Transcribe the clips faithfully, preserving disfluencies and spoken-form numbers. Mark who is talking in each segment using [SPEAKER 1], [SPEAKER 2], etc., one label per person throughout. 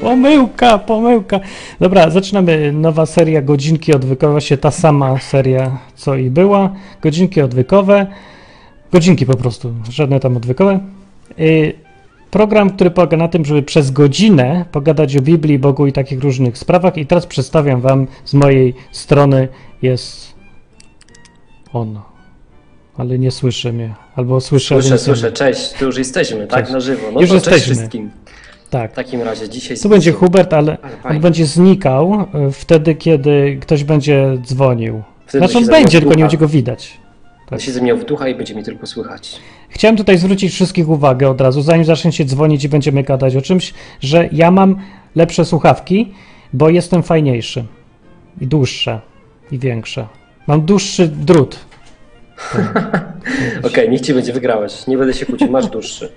[SPEAKER 1] Pomyłka, pomyłka. Dobra, zaczynamy. Nowa seria Godzinki Odwykowe, właśnie ta sama seria, co i była. Godzinki Odwykowe. Godzinki po prostu, żadne tam odwykowe. Yy, program, który polega na tym, żeby przez godzinę pogadać o Biblii, Bogu i takich różnych sprawach. I teraz przedstawiam wam z mojej strony jest on. Ale nie słyszę mnie. Albo słyszę.
[SPEAKER 2] Słyszę, słyszę. Cześć, tu już jesteśmy, tak?
[SPEAKER 1] Cześć.
[SPEAKER 2] Na żywo. No
[SPEAKER 1] Już
[SPEAKER 2] to
[SPEAKER 1] jesteśmy.
[SPEAKER 2] cześć wszystkim.
[SPEAKER 1] Tak.
[SPEAKER 2] W takim razie dzisiaj...
[SPEAKER 1] Tu będzie Hubert, ale
[SPEAKER 2] ale
[SPEAKER 1] on będzie znikał y, wtedy, kiedy ktoś będzie dzwonił.
[SPEAKER 2] Wtedy
[SPEAKER 1] Znaczy on
[SPEAKER 2] się
[SPEAKER 1] będzie,
[SPEAKER 2] zamiał w
[SPEAKER 1] tylko nie
[SPEAKER 2] ducha.
[SPEAKER 1] będzie go widać.
[SPEAKER 2] Tak. Się zamiał w ducha i będzie mi tylko słychać.
[SPEAKER 1] Chciałem tutaj zwrócić wszystkich uwagę od razu, zanim zaczniecie dzwonić i będziemy gadać o czymś, że ja mam lepsze słuchawki, bo jestem fajniejszy. I dłuższe. I większe. Mam dłuższy drut.
[SPEAKER 2] Okej, okay, niech ci będzie, wygrałeś. Nie będę się kłócił, masz dłuższy.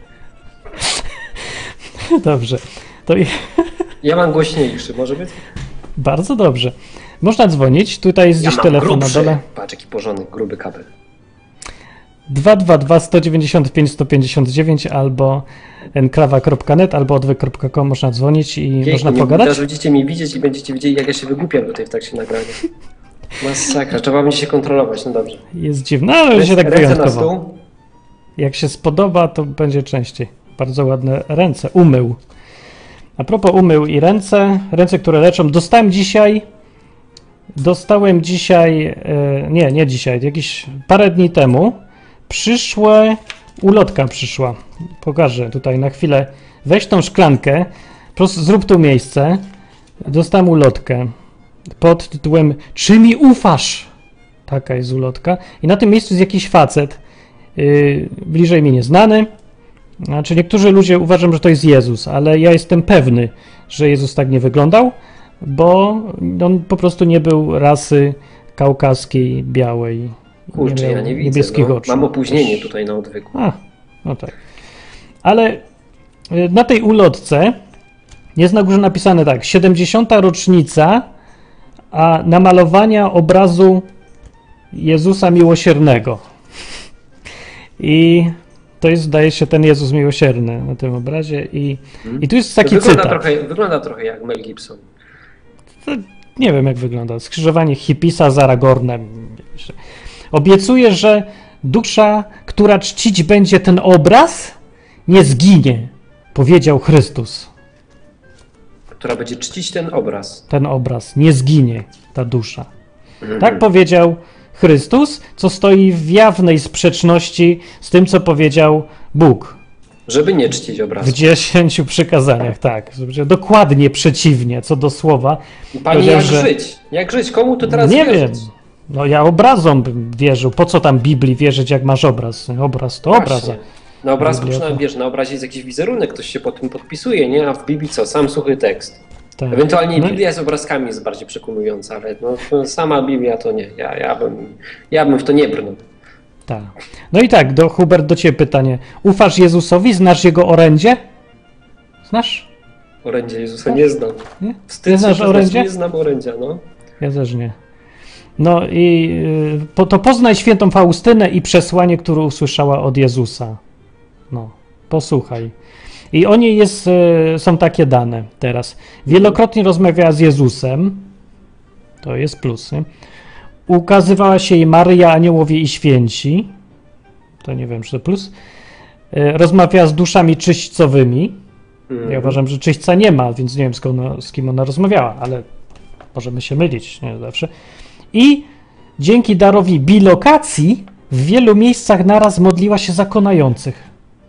[SPEAKER 1] Dobrze. To i...
[SPEAKER 2] Ja mam głośniejszy, może być?
[SPEAKER 1] Bardzo dobrze. Można dzwonić, tutaj jest
[SPEAKER 2] ja
[SPEAKER 1] gdzieś
[SPEAKER 2] mam
[SPEAKER 1] telefon
[SPEAKER 2] grubszy.
[SPEAKER 1] na dole.
[SPEAKER 2] Patrz, jaki porządek, gruby kabel.
[SPEAKER 1] dwa dwa dwa, sto dziewięćdziesiąt pięć, sto pięćdziesiąt dziewięć albo enklawa kropka net albo odwyk kropka com można dzwonić i
[SPEAKER 2] Pięknie,
[SPEAKER 1] można
[SPEAKER 2] nie,
[SPEAKER 1] pogadać.
[SPEAKER 2] Teraz będziecie mnie widzieć i będziecie widzieli, jak ja się wygłupiam tutaj w trakcie nagrania. Masakra, trzeba będzie się kontrolować, no dobrze.
[SPEAKER 1] Jest dziwne, ale
[SPEAKER 2] Ręce,
[SPEAKER 1] się tak
[SPEAKER 2] ręce na
[SPEAKER 1] wyjątkowo.
[SPEAKER 2] stół.
[SPEAKER 1] Jak się spodoba, to będzie częściej. Bardzo ładne ręce. Umył. A propos umył i ręce, ręce, które leczą. Dostałem dzisiaj, dostałem dzisiaj, e, nie, nie dzisiaj, jakiś parę dni temu, przyszłe, ulotka przyszła. Pokażę tutaj na chwilę. Weź tą szklankę, po prostu zrób tu miejsce. Dostałem ulotkę pod tytułem Czy mi ufasz? Taka jest ulotka. I na tym miejscu jest jakiś facet, yy, bliżej mi nieznany. Znaczy niektórzy ludzie uważają, że to jest Jezus, ale ja jestem pewny, że Jezus tak nie wyglądał, bo on po prostu nie był rasy kaukaskiej, białej.
[SPEAKER 2] Kurczę,
[SPEAKER 1] nie
[SPEAKER 2] ja nie widzę.
[SPEAKER 1] niebieskich
[SPEAKER 2] No.
[SPEAKER 1] oczu.
[SPEAKER 2] Mam opóźnienie tutaj na odwyku.
[SPEAKER 1] A, no tak. Ale y, na tej ulotce jest na górze napisane tak, siedemdziesiąta rocznica a namalowania obrazu Jezusa Miłosiernego. I to jest, zdaje się, ten Jezus Miłosierny na tym obrazie. I,
[SPEAKER 2] hmm.
[SPEAKER 1] i tu jest taki
[SPEAKER 2] wygląda
[SPEAKER 1] cytat.
[SPEAKER 2] Trochę, wygląda trochę jak Mel Gibson.
[SPEAKER 1] To nie wiem, jak wygląda. Skrzyżowanie Hippisa z Aragornem. Obiecuję, że dusza, która czcić będzie ten obraz, nie zginie, powiedział Chrystus.
[SPEAKER 2] Która będzie czcić ten obraz.
[SPEAKER 1] Ten obraz, nie zginie ta dusza.
[SPEAKER 2] Mhm.
[SPEAKER 1] Tak powiedział Chrystus, co stoi w jawnej sprzeczności z tym, co powiedział Bóg.
[SPEAKER 2] Żeby nie czcić obrazu.
[SPEAKER 1] W dziesięciu przykazaniach, tak. Dokładnie przeciwnie, co do słowa.
[SPEAKER 2] Panie, jak że... żyć? Jak żyć? Komu to teraz
[SPEAKER 1] Nie
[SPEAKER 2] wierzyć?
[SPEAKER 1] wiem. No ja obrazom bym wierzył. Po co tam Biblii wierzyć, jak masz obraz? Obraz to
[SPEAKER 2] Właśnie.
[SPEAKER 1] obraz.
[SPEAKER 2] Na obrazku
[SPEAKER 1] Biblia
[SPEAKER 2] przynajmniej
[SPEAKER 1] to...
[SPEAKER 2] wiesz, na obrazie jest jakiś wizerunek, ktoś się pod tym podpisuje, nie? A w Biblii co? Sam suchy tekst.
[SPEAKER 1] Tak.
[SPEAKER 2] Ewentualnie
[SPEAKER 1] no
[SPEAKER 2] Biblia z obrazkami jest bardziej przekonująca, ale no, sama Biblia to nie. Ja, ja, bym, ja bym w to nie brnął.
[SPEAKER 1] Tak. No i tak, do, Hubert, do ciebie pytanie. Ufasz Jezusowi? Znasz jego orędzie? Znasz?
[SPEAKER 2] Orędzie Jezusa nie znam.
[SPEAKER 1] Nie?
[SPEAKER 2] Wstyd
[SPEAKER 1] Nie znasz
[SPEAKER 2] się
[SPEAKER 1] orędzia?
[SPEAKER 2] Nie znam orędzia, no.
[SPEAKER 1] Ja też nie. No i y, po, to poznaj świętą Faustynę i przesłanie, które usłyszała od Jezusa. No, posłuchaj. I o niej jest, y, są takie dane teraz. Wielokrotnie rozmawiała z Jezusem. To jest plus. Nie? Ukazywała się jej Maryja, aniołowie i święci. To nie wiem, czy to plus. Y, rozmawiała z duszami czyśćcowymi. Mm. Ja uważam, że czyśćca nie ma, więc nie wiem, z, ona, z kim ona rozmawiała, ale możemy się mylić, nie zawsze. I dzięki darowi bilokacji w wielu miejscach naraz modliła się za konających.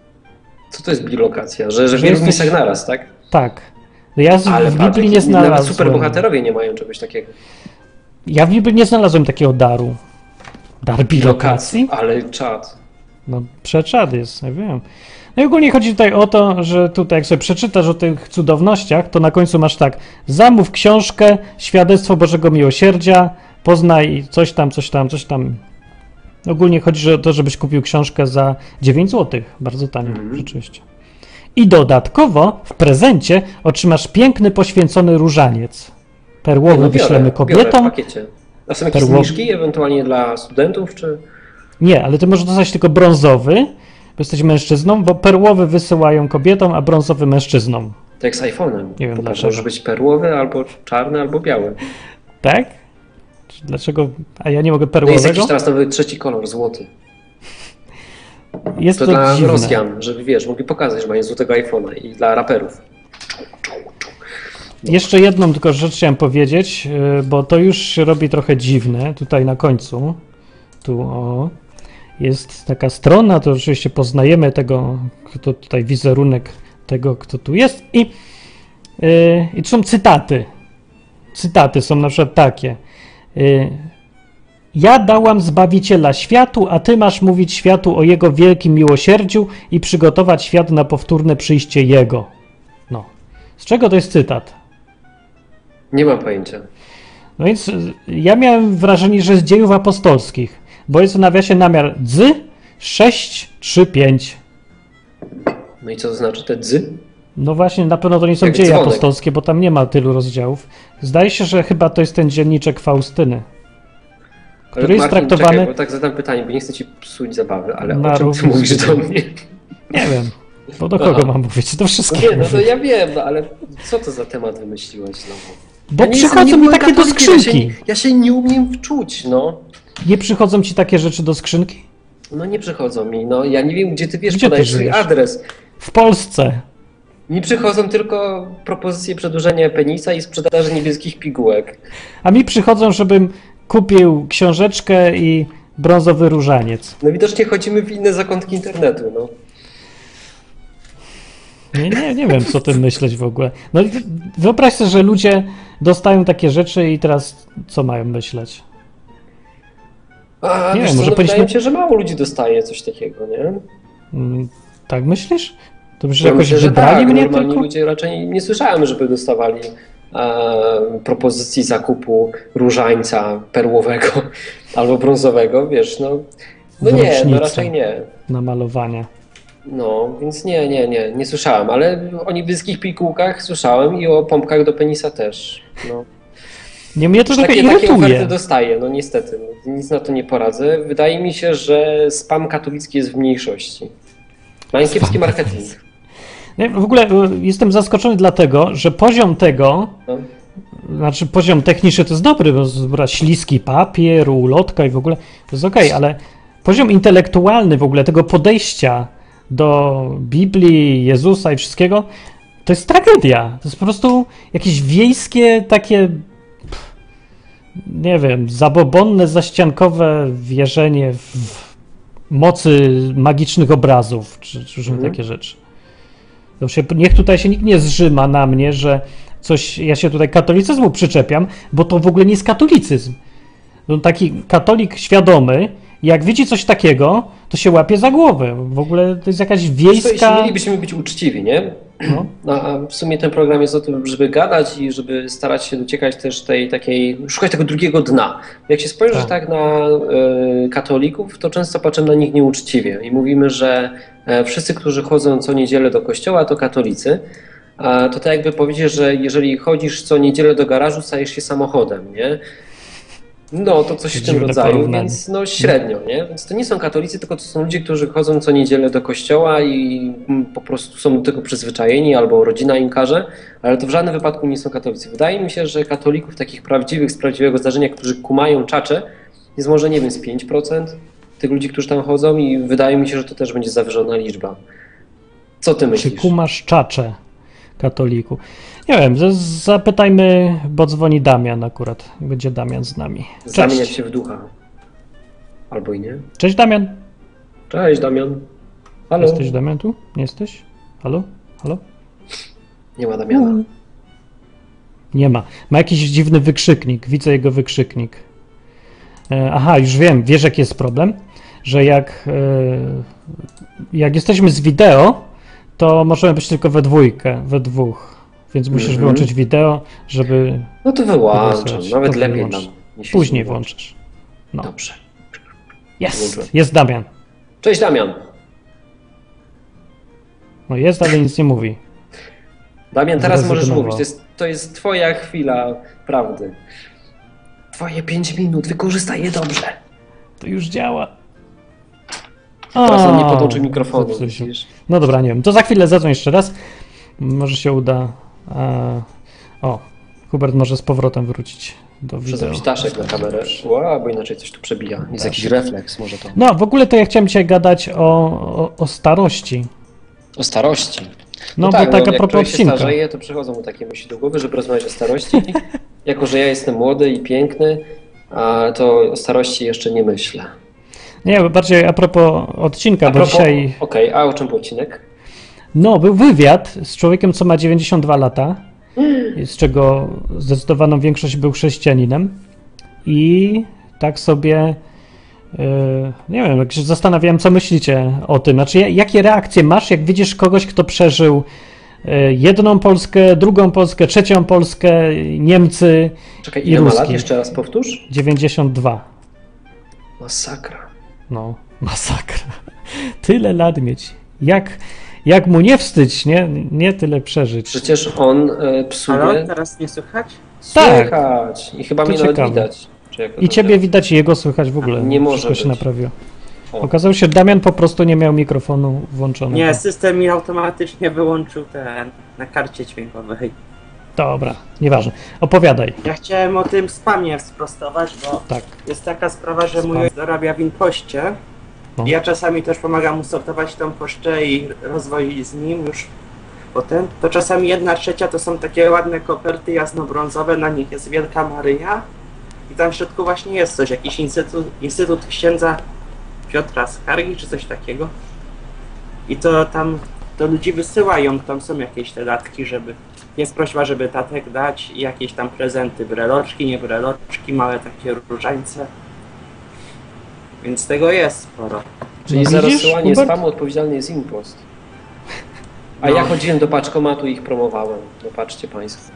[SPEAKER 2] Co to jest bilokacja? Że, że w
[SPEAKER 1] Że
[SPEAKER 2] wielu
[SPEAKER 1] jesteś...
[SPEAKER 2] miejscach naraz, tak?
[SPEAKER 1] Tak. Ja z,
[SPEAKER 2] ale
[SPEAKER 1] w Biblii
[SPEAKER 2] patrz,
[SPEAKER 1] nie znalazłem.
[SPEAKER 2] Nawet superbohaterowie nie mają czegoś takiego.
[SPEAKER 1] Ja w Biblii nie znalazłem takiego daru. Dar bilokacji?
[SPEAKER 2] Ale czad.
[SPEAKER 1] No przeczad jest, nie wiem. No i ogólnie chodzi tutaj o to, że tutaj jak sobie przeczytasz o tych cudownościach, to na końcu masz tak, zamów książkę, świadectwo Bożego Miłosierdzia, poznaj coś tam, coś tam, coś tam. Ogólnie chodzi o to, żebyś kupił książkę za dziewięć złotych, bardzo tanio, mm. rzeczywiście. I dodatkowo w prezencie otrzymasz piękny, poświęcony różaniec. Perłowy no, biorę, wyślemy kobietom.
[SPEAKER 2] Biorę w pakiecie. A są jakieś Perłow... zniżki ewentualnie dla studentów, czy...
[SPEAKER 1] Nie, ale ty możesz dostać tylko brązowy, bo jesteś mężczyzną, bo perłowy wysyłają kobietom, a brązowy mężczyznom.
[SPEAKER 2] To jak z iPhone'em.
[SPEAKER 1] Nie wiem
[SPEAKER 2] Popatrz,
[SPEAKER 1] dlaczego.
[SPEAKER 2] może być perłowy, albo czarny, albo biały.
[SPEAKER 1] Tak? Dlaczego? A ja nie mogę
[SPEAKER 2] No jest
[SPEAKER 1] perłowego?
[SPEAKER 2] jakiś teraz nowy trzeci kolor, złoty.
[SPEAKER 1] Jest
[SPEAKER 2] To
[SPEAKER 1] to
[SPEAKER 2] dla
[SPEAKER 1] dziwne.
[SPEAKER 2] Rosjan, żeby wiesz, mogli pokazać, że mają złotego iPhone'a i dla raperów.
[SPEAKER 1] Jeszcze jedną tylko rzecz chciałem powiedzieć, yy, bo to już się robi trochę dziwne tutaj na końcu. Tu o. Jest taka strona, to oczywiście poznajemy tego, kto tutaj wizerunek tego, kto tu jest i, yy, i tu są cytaty. Cytaty są na przykład takie. Yy, Ja dałam Zbawiciela światu, a ty masz mówić światu o Jego wielkim miłosierdziu i przygotować świat na powtórne przyjście Jego. No. Z czego to jest cytat?
[SPEAKER 2] Nie mam pojęcia.
[SPEAKER 1] No więc y, ja miałem wrażenie, że z dziejów apostolskich, bo jest w nawiasie namiar dzy sześć trzy pięć.
[SPEAKER 2] No i co to znaczy te dzy?
[SPEAKER 1] No właśnie, na pewno to nie są
[SPEAKER 2] Jak
[SPEAKER 1] dzieje
[SPEAKER 2] dzwonek.
[SPEAKER 1] apostolskie, bo tam nie ma tylu rozdziałów. Zdaje się, że chyba to jest ten dzienniczek Faustyny,
[SPEAKER 2] Ale
[SPEAKER 1] który jest
[SPEAKER 2] Marcin,
[SPEAKER 1] traktowany...
[SPEAKER 2] czekaj, bo tak zadam pytanie, bo nie chcę ci psuć zabawy, ale
[SPEAKER 1] Na
[SPEAKER 2] o czym ty
[SPEAKER 1] równi
[SPEAKER 2] mówisz
[SPEAKER 1] z-
[SPEAKER 2] do mnie?
[SPEAKER 1] Nie wiem, bo do
[SPEAKER 2] Aha.
[SPEAKER 1] kogo mam mówić? Do
[SPEAKER 2] No
[SPEAKER 1] wszystkiego.
[SPEAKER 2] nie, no to ja wiem, no ale co to za temat wymyśliłeś znowu?
[SPEAKER 1] Bo
[SPEAKER 2] Ja nie
[SPEAKER 1] przychodzą
[SPEAKER 2] jestem-
[SPEAKER 1] mi
[SPEAKER 2] nie byłem
[SPEAKER 1] takie do
[SPEAKER 2] katolikiem, ja się,
[SPEAKER 1] skrzynki.
[SPEAKER 2] nie- ja się nie umiem wczuć, no.
[SPEAKER 1] Nie przychodzą ci takie rzeczy do skrzynki?
[SPEAKER 2] No nie przychodzą mi, no ja nie wiem, gdzie ty wiesz,
[SPEAKER 1] Gdzie ty
[SPEAKER 2] podajesz swój
[SPEAKER 1] żyjesz?
[SPEAKER 2] adres.
[SPEAKER 1] W Polsce.
[SPEAKER 2] Mi przychodzą tylko propozycje przedłużenia penisa i sprzedaży niebieskich pigułek.
[SPEAKER 1] A mi przychodzą, żebym kupił książeczkę i brązowy różaniec.
[SPEAKER 2] No widocznie chodzimy w inne zakątki internetu, no.
[SPEAKER 1] Nie, nie, nie wiem, co tym myśleć w ogóle. No i wyobraź sobie, że ludzie dostają takie rzeczy i teraz co mają myśleć?
[SPEAKER 2] A
[SPEAKER 1] Nie
[SPEAKER 2] wiesz
[SPEAKER 1] wiem,
[SPEAKER 2] co,
[SPEAKER 1] może
[SPEAKER 2] no,
[SPEAKER 1] powinniśmy-
[SPEAKER 2] wydaje mi się, że mało ludzi dostaje coś takiego, nie?
[SPEAKER 1] Mm, Tak myślisz? To byś
[SPEAKER 2] Ja
[SPEAKER 1] jakoś
[SPEAKER 2] myślę, że
[SPEAKER 1] wybrali
[SPEAKER 2] tak,
[SPEAKER 1] mnie
[SPEAKER 2] normalni
[SPEAKER 1] tylko?
[SPEAKER 2] ludzie raczej nie słyszałem, żeby dostawali e, propozycji zakupu różańca perłowego albo brązowego, wiesz, no, no
[SPEAKER 1] W
[SPEAKER 2] nie, no
[SPEAKER 1] rocznicę.
[SPEAKER 2] raczej nie.
[SPEAKER 1] Na malowanie.
[SPEAKER 2] No, więc nie, nie, nie, nie słyszałem, ale o niebieskich pigułkach słyszałem i o pompkach do penisa też, no.
[SPEAKER 1] Nie, mnie to trochę
[SPEAKER 2] Takie, takie oferty
[SPEAKER 1] irytuje.
[SPEAKER 2] dostaję, no niestety, no, nic na to nie poradzę. Wydaje mi się, że spam katolicki jest w mniejszości. Mają kiepski marketing.
[SPEAKER 1] Nie, w ogóle y, jestem zaskoczony dlatego, że poziom tego,
[SPEAKER 2] No.
[SPEAKER 1] znaczy poziom techniczny to jest dobry, bo zbra śliski papier, ulotka i w ogóle to jest okej, ale poziom intelektualny w ogóle tego podejścia do Biblii, Jezusa i wszystkiego, to jest tragedia. To jest po prostu jakieś wiejskie takie, pff, nie wiem, zabobonne, zaściankowe wierzenie w mocy magicznych obrazów, czy, czy różne
[SPEAKER 2] Mhm.
[SPEAKER 1] takie rzeczy. To się, niech tutaj się nikt nie zrzyma na mnie, że coś, ja się tutaj katolicyzmu przyczepiam, bo to w ogóle nie jest katolicyzm. No, taki katolik świadomy, jak widzi coś takiego, to się łapie za głowę. W ogóle to jest jakaś
[SPEAKER 2] Wiesz co, jeśli
[SPEAKER 1] wiejska...
[SPEAKER 2] mielibyśmy być uczciwi, nie?
[SPEAKER 1] No,
[SPEAKER 2] No, a w sumie ten program jest o tym, żeby gadać i żeby starać się dociekać też tej takiej, szukać tego drugiego dna. Jak się spojrzy
[SPEAKER 1] Tak.
[SPEAKER 2] tak, na y, katolików, to często patrzymy na nich nieuczciwie i mówimy, że e, wszyscy, którzy chodzą co niedzielę do kościoła, to katolicy. A to tak jakby powiedzieć, że jeżeli chodzisz co niedzielę do garażu, stajesz się samochodem, nie? No, to coś w tym
[SPEAKER 1] Dziwne
[SPEAKER 2] rodzaju,
[SPEAKER 1] porównanie.
[SPEAKER 2] więc no średnio, nie? Więc to nie są katolicy, tylko to są ludzie, którzy chodzą co niedzielę do kościoła i mm, po prostu są do tego przyzwyczajeni, albo rodzina im każe, ale to w żadnym wypadku nie są katolicy. Wydaje mi się, że katolików takich prawdziwych, z prawdziwego zdarzenia, którzy kumają czacze, jest może, nie wiem, z pięć procent tych ludzi, którzy tam chodzą i wydaje mi się, że to też będzie zawyżona liczba. Co ty
[SPEAKER 1] czy
[SPEAKER 2] myślisz?
[SPEAKER 1] kumasz czacze katoliku? Nie wiem, z- zapytajmy, bo dzwoni Damian akurat. Będzie Damian z nami.
[SPEAKER 2] Zamieniać
[SPEAKER 1] Cześć.
[SPEAKER 2] się w ducha. Albo i nie.
[SPEAKER 1] Cześć Damian.
[SPEAKER 2] Cześć, Damian. Halo?
[SPEAKER 1] Jesteś Damian tu? Nie jesteś? Halo? Halo?
[SPEAKER 2] Nie ma Damiana.
[SPEAKER 1] Nie ma. Ma jakiś dziwny wykrzyknik. Widzę jego wykrzyknik. E, aha, już wiem. Wiesz, jaki jest problem? Że jak, e, jak jesteśmy z wideo, to możemy być tylko we dwójkę, we dwóch. Więc musisz
[SPEAKER 2] Mhm.
[SPEAKER 1] wyłączyć wideo, żeby
[SPEAKER 2] No to wyłączam.
[SPEAKER 1] Wygłosować.
[SPEAKER 2] Nawet
[SPEAKER 1] To
[SPEAKER 2] lepiej
[SPEAKER 1] wyłącz.
[SPEAKER 2] nam. niż się
[SPEAKER 1] później
[SPEAKER 2] nie włączy.
[SPEAKER 1] włączysz. No.
[SPEAKER 2] Dobrze.
[SPEAKER 1] Jest!
[SPEAKER 2] Włączyłem.
[SPEAKER 1] Jest Damian.
[SPEAKER 2] Cześć, Damian.
[SPEAKER 1] No jest, ale nic nie mówi.
[SPEAKER 2] Damian, teraz możesz
[SPEAKER 1] Zrezygnował.
[SPEAKER 2] mówić. To jest, to jest twoja chwila prawdy. Twoje pięć minut. Wykorzystaj je dobrze.
[SPEAKER 1] To już działa.
[SPEAKER 2] Teraz on nie
[SPEAKER 1] O,
[SPEAKER 2] podłączy mikrofonu.
[SPEAKER 1] zepsuł się.
[SPEAKER 2] Widzisz?
[SPEAKER 1] No dobra, nie wiem. To za chwilę zadzwoń jeszcze raz. Może się uda. A... O, Hubert może z powrotem wrócić do wideo.
[SPEAKER 2] Zrobić daszek na kamerę, wow, bo inaczej coś tu przebija. Jest jakiś refleks, może to.
[SPEAKER 1] No, w ogóle to ja chciałem dzisiaj gadać o, o, o starości.
[SPEAKER 2] O starości.
[SPEAKER 1] No,
[SPEAKER 2] No
[SPEAKER 1] bo
[SPEAKER 2] tak,
[SPEAKER 1] tak
[SPEAKER 2] no,
[SPEAKER 1] a
[SPEAKER 2] jak
[SPEAKER 1] propos
[SPEAKER 2] człowiek się
[SPEAKER 1] odcinka.
[SPEAKER 2] starzeje, to przychodzą mu takie myśli do głowy, żeby rozmawiać o starości. Jako że ja jestem młody i piękny, a to o starości jeszcze nie myślę.
[SPEAKER 1] Nie, bo bardziej a propos odcinka,
[SPEAKER 2] A
[SPEAKER 1] bo
[SPEAKER 2] propos,
[SPEAKER 1] dzisiaj...
[SPEAKER 2] Okej, okay, a o czym był odcinek?
[SPEAKER 1] No, był wywiad z człowiekiem, co ma dziewięćdziesiąt dwa lata, z czego zdecydowaną większość był chrześcijaninem. I tak sobie, yy, nie wiem, jak się zastanawiałem, co myślicie o tym. Znaczy, jakie reakcje masz, jak widzisz kogoś, kto przeżył yy, jedną Polskę, drugą Polskę, trzecią Polskę, Niemcy
[SPEAKER 2] Czekaj,
[SPEAKER 1] i
[SPEAKER 2] ile ma lat?
[SPEAKER 1] Ruski.
[SPEAKER 2] Jeszcze raz powtórz.
[SPEAKER 1] dziewięćdziesiąt dwa.
[SPEAKER 2] Masakra.
[SPEAKER 1] No, masakra. Tyle lat mieć. Jak, jak mu nie wstydź, nie? Nie tyle przeżyć.
[SPEAKER 2] Przecież on e, psuje...
[SPEAKER 3] Halo, teraz nie słychać?
[SPEAKER 1] Tak.
[SPEAKER 2] Słychać. I chyba
[SPEAKER 1] To
[SPEAKER 2] mnie nawet
[SPEAKER 1] ciekawe.
[SPEAKER 2] widać. Czy jak to
[SPEAKER 1] I ciebie
[SPEAKER 2] działa?
[SPEAKER 1] widać i jego słychać w ogóle.
[SPEAKER 2] Nie może
[SPEAKER 1] Wszystko się
[SPEAKER 2] być.
[SPEAKER 1] naprawiło.
[SPEAKER 2] O.
[SPEAKER 1] Okazało się, że Damian po prostu nie miał mikrofonu włączonego.
[SPEAKER 3] Nie, system mi automatycznie wyłączył ten na karcie dźwiękowej.
[SPEAKER 1] Dobra, nieważne. Opowiadaj.
[SPEAKER 3] Ja chciałem o tym spamie sprostować, bo
[SPEAKER 1] Tak.
[SPEAKER 3] jest taka sprawa, że
[SPEAKER 1] Spam.
[SPEAKER 3] mój ojciec zarabia w impoście.
[SPEAKER 1] No.
[SPEAKER 3] I ja czasami też pomagam mu sortować tą pocztę i rozwozić z nim już potem. To czasami jedna trzecia to są takie ładne koperty jasnobrązowe, na nich jest Wielka Maryja. I tam w środku właśnie jest coś, jakiś instytut, instytut księdza Piotra Skargi czy coś takiego. I to tam do ludzi wysyłają, tam są jakieś te datki, żeby... Jest prośba, żeby tatek dać i jakieś tam prezenty, breloczki, nie breloczki, małe takie różańce. Więc tego jest sporo.
[SPEAKER 2] Czyli
[SPEAKER 1] No
[SPEAKER 2] za
[SPEAKER 1] widzisz,
[SPEAKER 2] rozsyłanie
[SPEAKER 1] Hubert?
[SPEAKER 2] spamu odpowiedzialny jest impost. A
[SPEAKER 3] No.
[SPEAKER 2] ja chodziłem do paczkomatu i ich promowałem. No patrzcie państwo.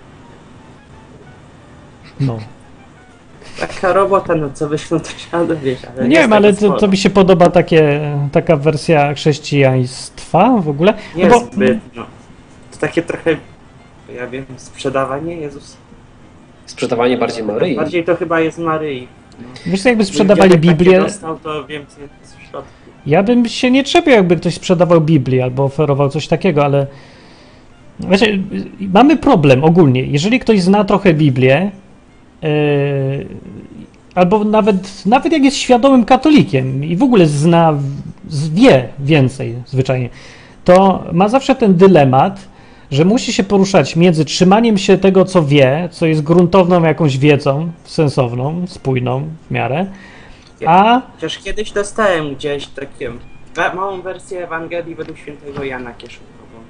[SPEAKER 1] No.
[SPEAKER 3] Taka robota, no co wyślą, to trzeba dowieść, ale
[SPEAKER 1] Nie
[SPEAKER 3] jest
[SPEAKER 1] wiem, ale
[SPEAKER 3] tego
[SPEAKER 1] to,
[SPEAKER 3] sporo.
[SPEAKER 1] to mi się podoba takie, taka wersja chrześcijaństwa w ogóle.
[SPEAKER 3] Nie
[SPEAKER 1] No bo,
[SPEAKER 3] jest zbyt, no. To takie trochę, ja wiem, sprzedawanie Jezus.
[SPEAKER 2] Sprzedawanie bardziej Maryi.
[SPEAKER 3] Bardziej to chyba jest Maryi.
[SPEAKER 1] wiesz, jakby sprzedawali
[SPEAKER 3] Dziadek takie
[SPEAKER 1] Biblię,
[SPEAKER 3] dostał, to więcej jest w środku.
[SPEAKER 1] ja bym się nie czepiał, jakby ktoś sprzedawał Biblię albo oferował coś takiego, ale wiecie, mamy problem ogólnie. Jeżeli ktoś zna trochę Biblię, yy, albo nawet, nawet jak jest świadomym katolikiem i w ogóle zna, z- wie więcej zwyczajnie, to ma zawsze ten dylemat, że musi się poruszać między trzymaniem się tego, co wie, co jest gruntowną jakąś wiedzą, sensowną, spójną w miarę, a
[SPEAKER 3] Chociaż kiedyś dostałem gdzieś takie ma- małą wersję Ewangelii według świętego Jana Kieszonkową.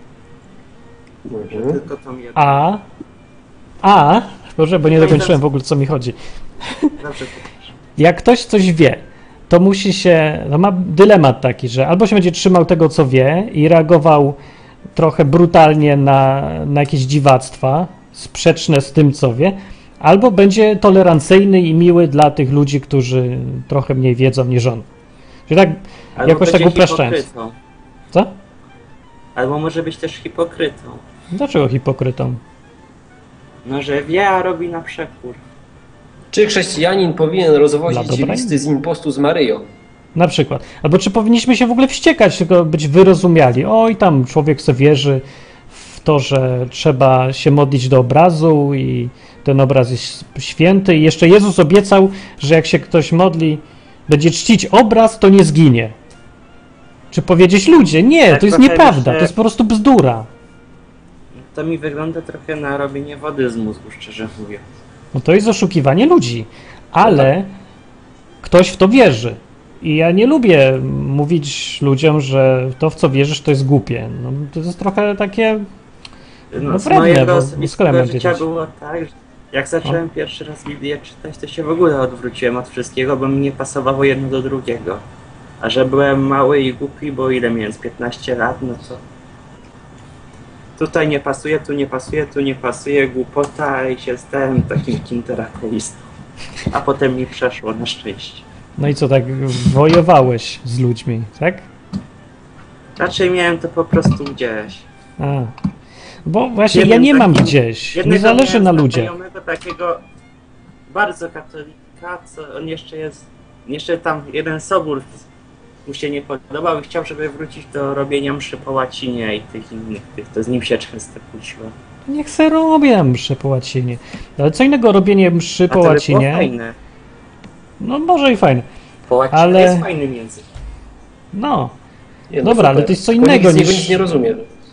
[SPEAKER 2] Mhm.
[SPEAKER 3] Tylko tą jedną.
[SPEAKER 1] A, a, Boże, bo nie dokończyłem w ogóle, co mi chodzi.
[SPEAKER 3] Dobrze, to też.
[SPEAKER 1] Jak ktoś coś wie, to musi się, no ma dylemat taki, że albo się będzie trzymał tego, co wie i reagował trochę brutalnie na, na jakieś dziwactwa sprzeczne z tym, co wie, albo będzie tolerancyjny i miły dla tych ludzi, którzy trochę mniej wiedzą niż on. Czyli tak,
[SPEAKER 3] Albo
[SPEAKER 1] jakoś tak
[SPEAKER 3] będzie
[SPEAKER 1] upraszczając.
[SPEAKER 3] hipokrytą.
[SPEAKER 1] Co?
[SPEAKER 3] Albo może być też hipokrytą.
[SPEAKER 1] Dlaczego hipokrytą?
[SPEAKER 3] No, że wie, a robi na przekór.
[SPEAKER 2] Czy chrześcijanin powinien
[SPEAKER 1] Dla
[SPEAKER 2] rozwozić
[SPEAKER 1] dobra
[SPEAKER 2] listy z impostu z Maryją?
[SPEAKER 1] Na przykład. Albo czy powinniśmy się w ogóle wściekać, tylko być wyrozumiali. Oj, tam człowiek sobie wierzy w to, że trzeba się modlić do obrazu i ten obraz jest święty. I jeszcze Jezus obiecał, że jak się ktoś modli, będzie czcić obraz, to nie zginie. Czy powiedzieć ludzie? Nie,
[SPEAKER 3] Tak
[SPEAKER 1] to jest
[SPEAKER 3] trochę
[SPEAKER 1] nieprawda,
[SPEAKER 3] myślę-
[SPEAKER 1] to jest po prostu bzdura.
[SPEAKER 3] To mi wygląda trochę na robienie wody z mózgu, szczerze mówiąc.
[SPEAKER 1] No to jest oszukiwanie ludzi, ale ktoś w to wierzy. I ja nie lubię mówić ludziom, że to, w co wierzysz, to jest głupie. No, to jest trochę takie...
[SPEAKER 3] No,
[SPEAKER 1] No
[SPEAKER 3] z
[SPEAKER 1] wredne,
[SPEAKER 3] mojego
[SPEAKER 1] bo
[SPEAKER 3] osobistego
[SPEAKER 1] skoro mam
[SPEAKER 3] życia
[SPEAKER 1] wiedzieć?
[SPEAKER 3] było tak, że jak zacząłem pierwszy raz Biblię czytać, to się w ogóle odwróciłem od wszystkiego, bo mi nie pasowało jedno do drugiego. A że byłem mały i głupi, bo ile miałem, z piętnaście lat, no co? Tutaj nie pasuje, tu nie pasuje, tu nie pasuje, głupota i się stałem takim kinderateistą. A potem mi przeszło, na szczęście.
[SPEAKER 1] No i co, tak wojowałeś z ludźmi, tak?
[SPEAKER 3] Raczej miałem to po prostu gdzieś.
[SPEAKER 1] A. Bo właśnie
[SPEAKER 3] Jednym
[SPEAKER 1] ja nie mam
[SPEAKER 3] takim-
[SPEAKER 1] gdzieś. Nie
[SPEAKER 3] Jednego
[SPEAKER 1] zależy
[SPEAKER 3] miałem
[SPEAKER 1] na ludziach.
[SPEAKER 3] znajomego takiego bardzo katolika, co on jeszcze jest, jeszcze tam jeden sobór mu się nie podobał i chciał, żeby wrócić do robienia mszy po łacinie i tych innych, tych, to z nim się często kłóciło.
[SPEAKER 1] Niech se robię mszy po łacinie. Ale co innego robienie mszy
[SPEAKER 3] A
[SPEAKER 1] po
[SPEAKER 3] to by było
[SPEAKER 1] łacinie.
[SPEAKER 3] fajne.
[SPEAKER 1] No może i fajne.
[SPEAKER 3] Po łacinie
[SPEAKER 1] Ale-
[SPEAKER 3] jest fajnym językiem.
[SPEAKER 1] No.
[SPEAKER 2] Nie,
[SPEAKER 1] Dobra,
[SPEAKER 2] super.
[SPEAKER 1] ale to jest co
[SPEAKER 2] Tylko
[SPEAKER 1] innego
[SPEAKER 2] nikt z niego
[SPEAKER 1] niż-
[SPEAKER 2] nic nie rozumie.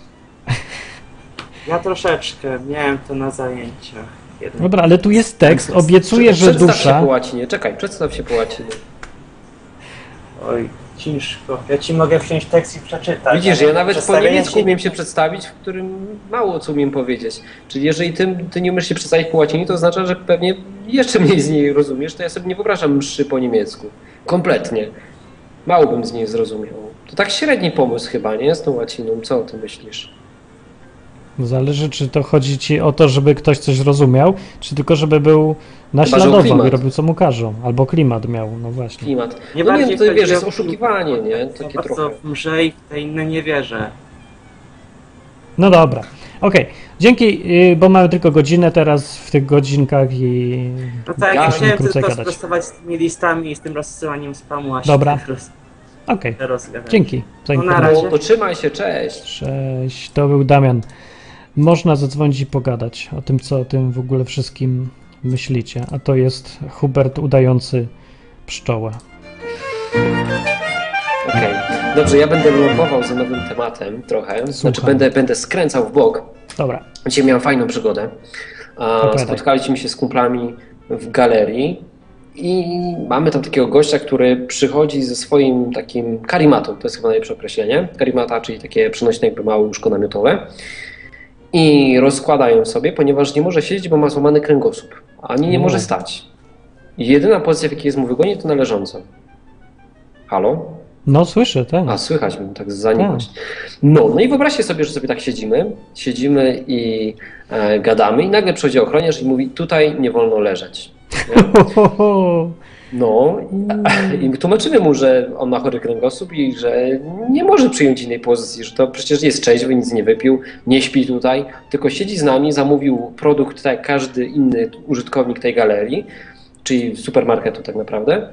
[SPEAKER 3] Ja troszeczkę, miałem to na zajęciach. Jednak.
[SPEAKER 1] Dobra, ale tu jest tekst, obiecuję, że
[SPEAKER 2] Przedstaw się po
[SPEAKER 1] dusza...
[SPEAKER 2] łacinie, czekaj, przedstaw się po łacinie.
[SPEAKER 3] Oj, ciężko. Ja ci mogę wziąć tekst i przeczytać.
[SPEAKER 2] Widzisz,
[SPEAKER 3] ale
[SPEAKER 2] ja nawet po
[SPEAKER 3] przedstawienie
[SPEAKER 2] niemiecku
[SPEAKER 3] ci-
[SPEAKER 2] umiem się przedstawić, w którym mało co umiem powiedzieć. Czyli jeżeli ty, ty nie umiesz się przedstawić po łacinie, to oznacza, że pewnie jeszcze mniej z niej rozumiesz, to ja sobie nie wyobrażam mszy po niemiecku. Kompletnie. Mało bym z niej zrozumiał. To tak średni pomysł chyba, nie? Z tą łaciną. Co ty myślisz?
[SPEAKER 1] Zależy, czy to chodzi ci o to, żeby ktoś coś rozumiał, czy tylko żeby był naśladował
[SPEAKER 2] klimat.
[SPEAKER 1] i robił co mu każą. Albo klimat miał, no właśnie.
[SPEAKER 2] Klimat.
[SPEAKER 3] Nie
[SPEAKER 2] No nie,
[SPEAKER 3] bardziej
[SPEAKER 2] to wiesz,
[SPEAKER 3] chodzi
[SPEAKER 2] jest
[SPEAKER 3] o-
[SPEAKER 2] oszukiwanie, nie? Takie
[SPEAKER 3] Co
[SPEAKER 2] trochę.
[SPEAKER 3] w mrze i w te inne nie wierzę.
[SPEAKER 1] No dobra, okej. Dzięki, yy, bo mamy tylko godzinę teraz w tych godzinkach i...
[SPEAKER 3] No tak,
[SPEAKER 2] Ja
[SPEAKER 3] ja
[SPEAKER 2] bym
[SPEAKER 3] chciałem
[SPEAKER 1] krócej
[SPEAKER 3] tylko
[SPEAKER 1] gadać.
[SPEAKER 3] sprostować z tymi listami i z tym rozsyłaniem spamu, a się
[SPEAKER 1] Dobra.
[SPEAKER 3] tak roz-
[SPEAKER 1] Okej,
[SPEAKER 3] rozgadałem.
[SPEAKER 1] dzięki za
[SPEAKER 3] No na
[SPEAKER 1] informację.
[SPEAKER 3] razie.
[SPEAKER 2] No to trzymaj się, cześć.
[SPEAKER 1] Cześć, to był Damian. Można zadzwonić i pogadać o tym, co o tym w ogóle wszystkim myślicie. A to jest Hubert udający pszczołę.
[SPEAKER 2] Okej. Dobrze, ja będę lokował za nowym tematem trochę. Znaczy
[SPEAKER 1] Słucham.
[SPEAKER 2] będę, będę skręcał w bok.
[SPEAKER 1] Dobra,
[SPEAKER 2] Dzisiaj miałem fajną przygodę. A,
[SPEAKER 1] Opowiadaj.
[SPEAKER 2] spotkaliśmy się z kumplami w galerii i mamy tam takiego gościa, który przychodzi ze swoim takim karimatą. To jest chyba najlepsze określenie. Karimata, czyli takie przenośne jakby małe łóżko namiotowe. I rozkłada ją sobie, ponieważ nie może siedzieć, bo ma złamany kręgosłup. Ani nie
[SPEAKER 1] No.
[SPEAKER 2] może stać. I jedyna pozycja, w jakiej jest mu wygodnie, to na leżąco. Halo?
[SPEAKER 1] no słyszę, tak.
[SPEAKER 2] A, słychać mnie tak zanikać. No, no i wyobraźcie sobie, że sobie tak siedzimy, siedzimy i e, gadamy i nagle przychodzi ochroniarz i mówi, tutaj nie wolno leżeć. Nie?
[SPEAKER 1] Ho, ho, ho.
[SPEAKER 2] No i, i tłumaczymy mu, że on ma chory kręgosłup i że nie może przyjąć innej pozycji, że to przecież jest trzeźwy, nic nie wypił, nie śpi tutaj, tylko siedzi z nami, zamówił produkt tak jak każdy inny użytkownik tej galerii, czyli supermarketu tak naprawdę.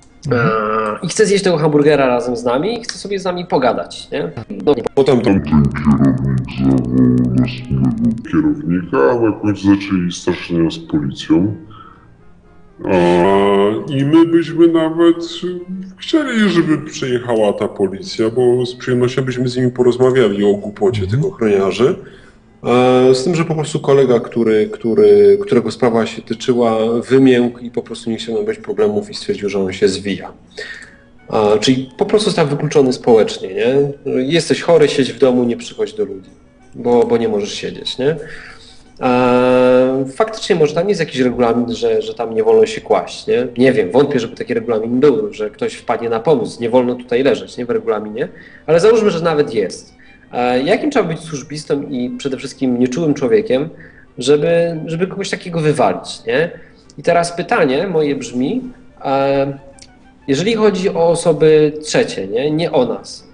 [SPEAKER 2] I chce zjeść tego hamburgera razem z nami i chce sobie z nami pogadać, nie? No i potem to...
[SPEAKER 4] Ten kierownik zawołał naszego kierownika, a na końcu zaczęli straszenia z policją. A, I my byśmy nawet chcieli, żeby przyjechała ta policja, bo z przyjemnością byśmy z nimi porozmawiali o głupocie tych ochroniarzy. E, Z tym, że po prostu kolega, który, który, którego sprawa się tyczyła, wymiękł i po prostu nie chciał nabrać problemów i stwierdził, że on się zwija. A, czyli po prostu został wykluczony społecznie, nie? Jesteś chory, siedź w domu, nie przychodź do ludzi, bo, bo nie możesz siedzieć, nie? A, faktycznie może tam jest jakiś regulamin, że, że tam nie wolno się kłaść, nie? Nie wiem, wątpię, żeby taki regulamin był, że ktoś wpadnie na pomysł, nie wolno tutaj leżeć, nie? W regulaminie, ale załóżmy, że nawet jest. A jakim trzeba być służbistą i przede wszystkim nieczułym człowiekiem, żeby, żeby kogoś takiego wywalić, nie? I teraz pytanie moje brzmi, e, jeżeli chodzi o osoby trzecie, nie, nie o nas,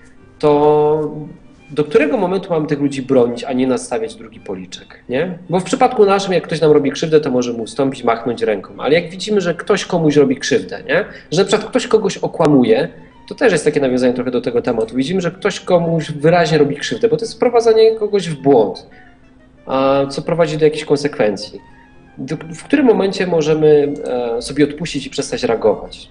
[SPEAKER 4] to do którego momentu mamy tych ludzi bronić, a nie nastawiać drugi policzek, nie? Bo w przypadku naszym, jak ktoś nam robi krzywdę, to może mu ustąpić, machnąć ręką, ale jak widzimy, że ktoś komuś robi krzywdę, nie? Że na przykład ktoś kogoś okłamuje, to też jest takie nawiązanie trochę do tego tematu. Widzimy, że ktoś komuś wyraźnie robi krzywdę, bo to jest wprowadzanie kogoś w błąd, a co prowadzi do jakichś konsekwencji. Do, w którym momencie możemy e, sobie odpuścić i przestać reagować?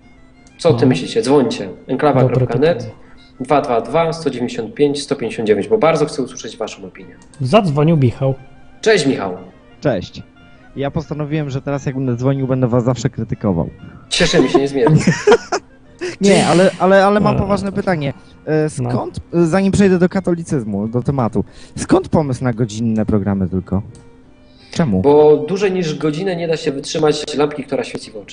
[SPEAKER 4] Co ty
[SPEAKER 1] No.
[SPEAKER 2] myślicie? Dzwońcie. enklawa kropka
[SPEAKER 1] Dobre
[SPEAKER 2] net
[SPEAKER 1] pytanie.
[SPEAKER 2] dwa dwa dwa, sto dziewięćdziesiąt pięć, sto pięćdziesiąt dziewięć, bo bardzo chcę usłyszeć waszą opinię.
[SPEAKER 1] Zadzwonił Michał.
[SPEAKER 2] Cześć Michał.
[SPEAKER 5] Cześć. Ja postanowiłem, że teraz jak będę dzwonił, będę was zawsze krytykował.
[SPEAKER 2] Cieszymy się niezmiernie.
[SPEAKER 5] Nie, ale, ale, ale mam
[SPEAKER 1] No.
[SPEAKER 5] poważne pytanie. E, Skąd, e, zanim przejdę do katolicyzmu, do tematu, skąd pomysł na godzinne programy tylko? Czemu?
[SPEAKER 2] Bo dłużej niż godzinę nie da się wytrzymać lampki, która świeci w oczy.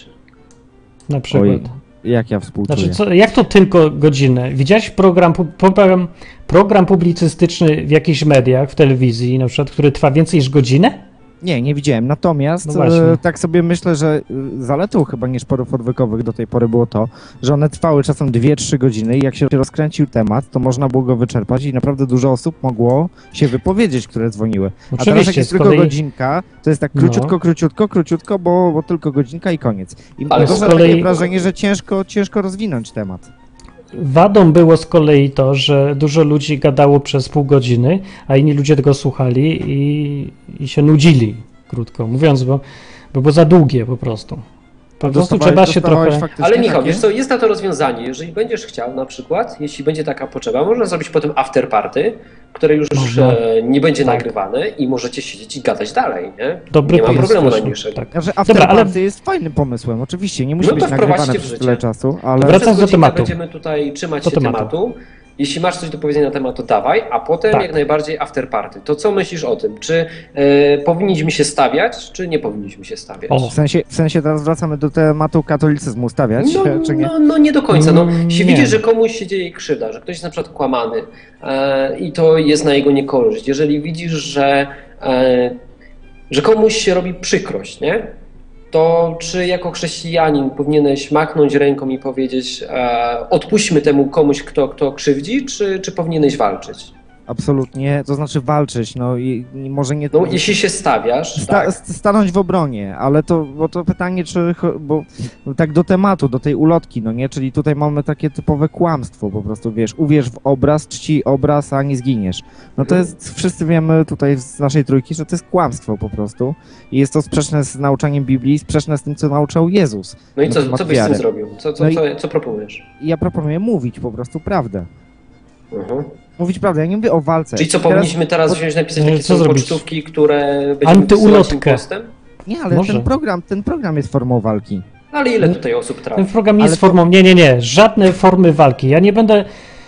[SPEAKER 1] Na przykład.
[SPEAKER 5] Oj, jak ja współczuję.
[SPEAKER 1] Znaczy, co, jak to tylko godzinę? Widziałeś program, pu- program, program publicystyczny w jakichś mediach, w telewizji na przykład, który trwa więcej niż godzinę?
[SPEAKER 5] Nie, nie widziałem. Natomiast
[SPEAKER 1] No właśnie.
[SPEAKER 5] e, tak sobie myślę, że e, zaletą chyba nieszporów odwykowych do tej pory było to, że one trwały czasem dwie trzy godziny i jak się rozkręcił temat, to można było go wyczerpać i naprawdę dużo osób mogło się wypowiedzieć, które dzwoniły. A teraz jak
[SPEAKER 1] Oczywiście,
[SPEAKER 5] jest
[SPEAKER 1] z
[SPEAKER 5] tylko
[SPEAKER 1] kolei...
[SPEAKER 5] godzinka, to jest tak
[SPEAKER 1] No.
[SPEAKER 5] króciutko, króciutko, króciutko, bo, bo tylko godzinka i koniec. I
[SPEAKER 2] Ale
[SPEAKER 5] może
[SPEAKER 1] z kolei-
[SPEAKER 5] takie wrażenie, że ciężko, ciężko rozwinąć temat.
[SPEAKER 1] wadą było z kolei to, że dużo ludzi gadało przez pół godziny, a inni ludzie tego słuchali i, i się nudzili, krótko mówiąc, bo, bo było za długie po prostu. Po prostu
[SPEAKER 5] Dostawałeś-
[SPEAKER 1] trzeba się
[SPEAKER 5] dostawałeś
[SPEAKER 1] trochę...
[SPEAKER 5] faktycznie
[SPEAKER 2] Ale Michał,
[SPEAKER 5] takie?
[SPEAKER 2] wiesz co, jest na to rozwiązanie. Jeżeli będziesz chciał na przykład, jeśli będzie taka potrzeba, można zrobić potem after party, które już
[SPEAKER 1] Można.
[SPEAKER 2] e, nie będzie
[SPEAKER 1] Tak.
[SPEAKER 2] nagrywane i możecie siedzieć i gadać dalej, nie?
[SPEAKER 1] Dobry
[SPEAKER 2] nie ma
[SPEAKER 1] pomysł
[SPEAKER 2] problemu
[SPEAKER 1] też,
[SPEAKER 2] najmniejszego.
[SPEAKER 1] tak.
[SPEAKER 5] Znaczy after
[SPEAKER 1] Dobra, ale-
[SPEAKER 5] party jest fajnym pomysłem, oczywiście, nie musi
[SPEAKER 2] No to
[SPEAKER 5] być nagrywane
[SPEAKER 2] wprowadźcie w
[SPEAKER 5] przez
[SPEAKER 2] życie.
[SPEAKER 5] tyle czasu, ale...
[SPEAKER 1] Dobra. Wracając do
[SPEAKER 2] Przez godzinę
[SPEAKER 1] tematu.
[SPEAKER 2] będziemy tutaj trzymać
[SPEAKER 1] Do
[SPEAKER 2] się
[SPEAKER 1] tematu.
[SPEAKER 2] tematu. Jeśli masz coś do powiedzenia na temat, to dawaj, a potem
[SPEAKER 1] Tak.
[SPEAKER 2] jak najbardziej after party. To co myślisz o tym? Czy e, powinniśmy się stawiać, czy nie powinniśmy się stawiać?
[SPEAKER 1] O.
[SPEAKER 5] W sensie, w sensie teraz wracamy do tematu katolicyzmu stawiać,
[SPEAKER 2] No,
[SPEAKER 5] czy nie?
[SPEAKER 2] no, no nie do końca. No,
[SPEAKER 1] Mm,
[SPEAKER 2] jeśli
[SPEAKER 1] nie.
[SPEAKER 2] widzisz, że komuś się dzieje krzywda, że ktoś jest na przykład kłamany e, i to jest na jego niekorzyść, jeżeli widzisz, że, e, że komuś się robi przykrość, nie? To czy jako chrześcijanin powinieneś machnąć ręką i powiedzieć e, odpuśćmy temu komuś, kto, kto krzywdzi, czy, czy powinieneś walczyć?
[SPEAKER 5] Absolutnie, to znaczy walczyć, no i, i może nie...
[SPEAKER 2] No, jeśli się stawiasz,
[SPEAKER 5] Sta,
[SPEAKER 2] tak,
[SPEAKER 5] st- stanąć w obronie, ale to, bo to pytanie, czy, cho- bo tak do tematu, do tej ulotki, no nie, czyli tutaj mamy takie typowe kłamstwo po prostu, wiesz, uwierz w obraz, czci obraz, a nie zginiesz. No to jest, wszyscy wiemy tutaj z naszej trójki, że to jest kłamstwo po prostu i jest to sprzeczne z nauczaniem Biblii, sprzeczne z tym, co nauczał Jezus.
[SPEAKER 2] no i
[SPEAKER 5] na
[SPEAKER 2] co,
[SPEAKER 5] temat
[SPEAKER 2] co byś z tym
[SPEAKER 5] wiary.
[SPEAKER 2] zrobił? Co, co,
[SPEAKER 5] No i-
[SPEAKER 2] co, co proponujesz?
[SPEAKER 5] I ja proponuję mówić po prostu prawdę.
[SPEAKER 2] Mhm.
[SPEAKER 5] Mówić prawdę, ja nie mówię o walce.
[SPEAKER 2] Czyli co,
[SPEAKER 5] Teraz-
[SPEAKER 2] powinniśmy teraz wziąć, napisać
[SPEAKER 1] Nie,
[SPEAKER 2] takie
[SPEAKER 1] co
[SPEAKER 2] są
[SPEAKER 1] zrobić?
[SPEAKER 2] pocztówki, które będziemy
[SPEAKER 1] Antyulotkę.
[SPEAKER 2] wysyłać im postem?
[SPEAKER 5] Nie, ale
[SPEAKER 1] Może.
[SPEAKER 5] ten program, ten program jest formą walki.
[SPEAKER 2] Ale ile tutaj osób trafi?
[SPEAKER 1] Ten program nie
[SPEAKER 5] Ale
[SPEAKER 1] jest
[SPEAKER 5] to-
[SPEAKER 1] formą, nie, nie, nie, żadne formy walki. Ja nie będę,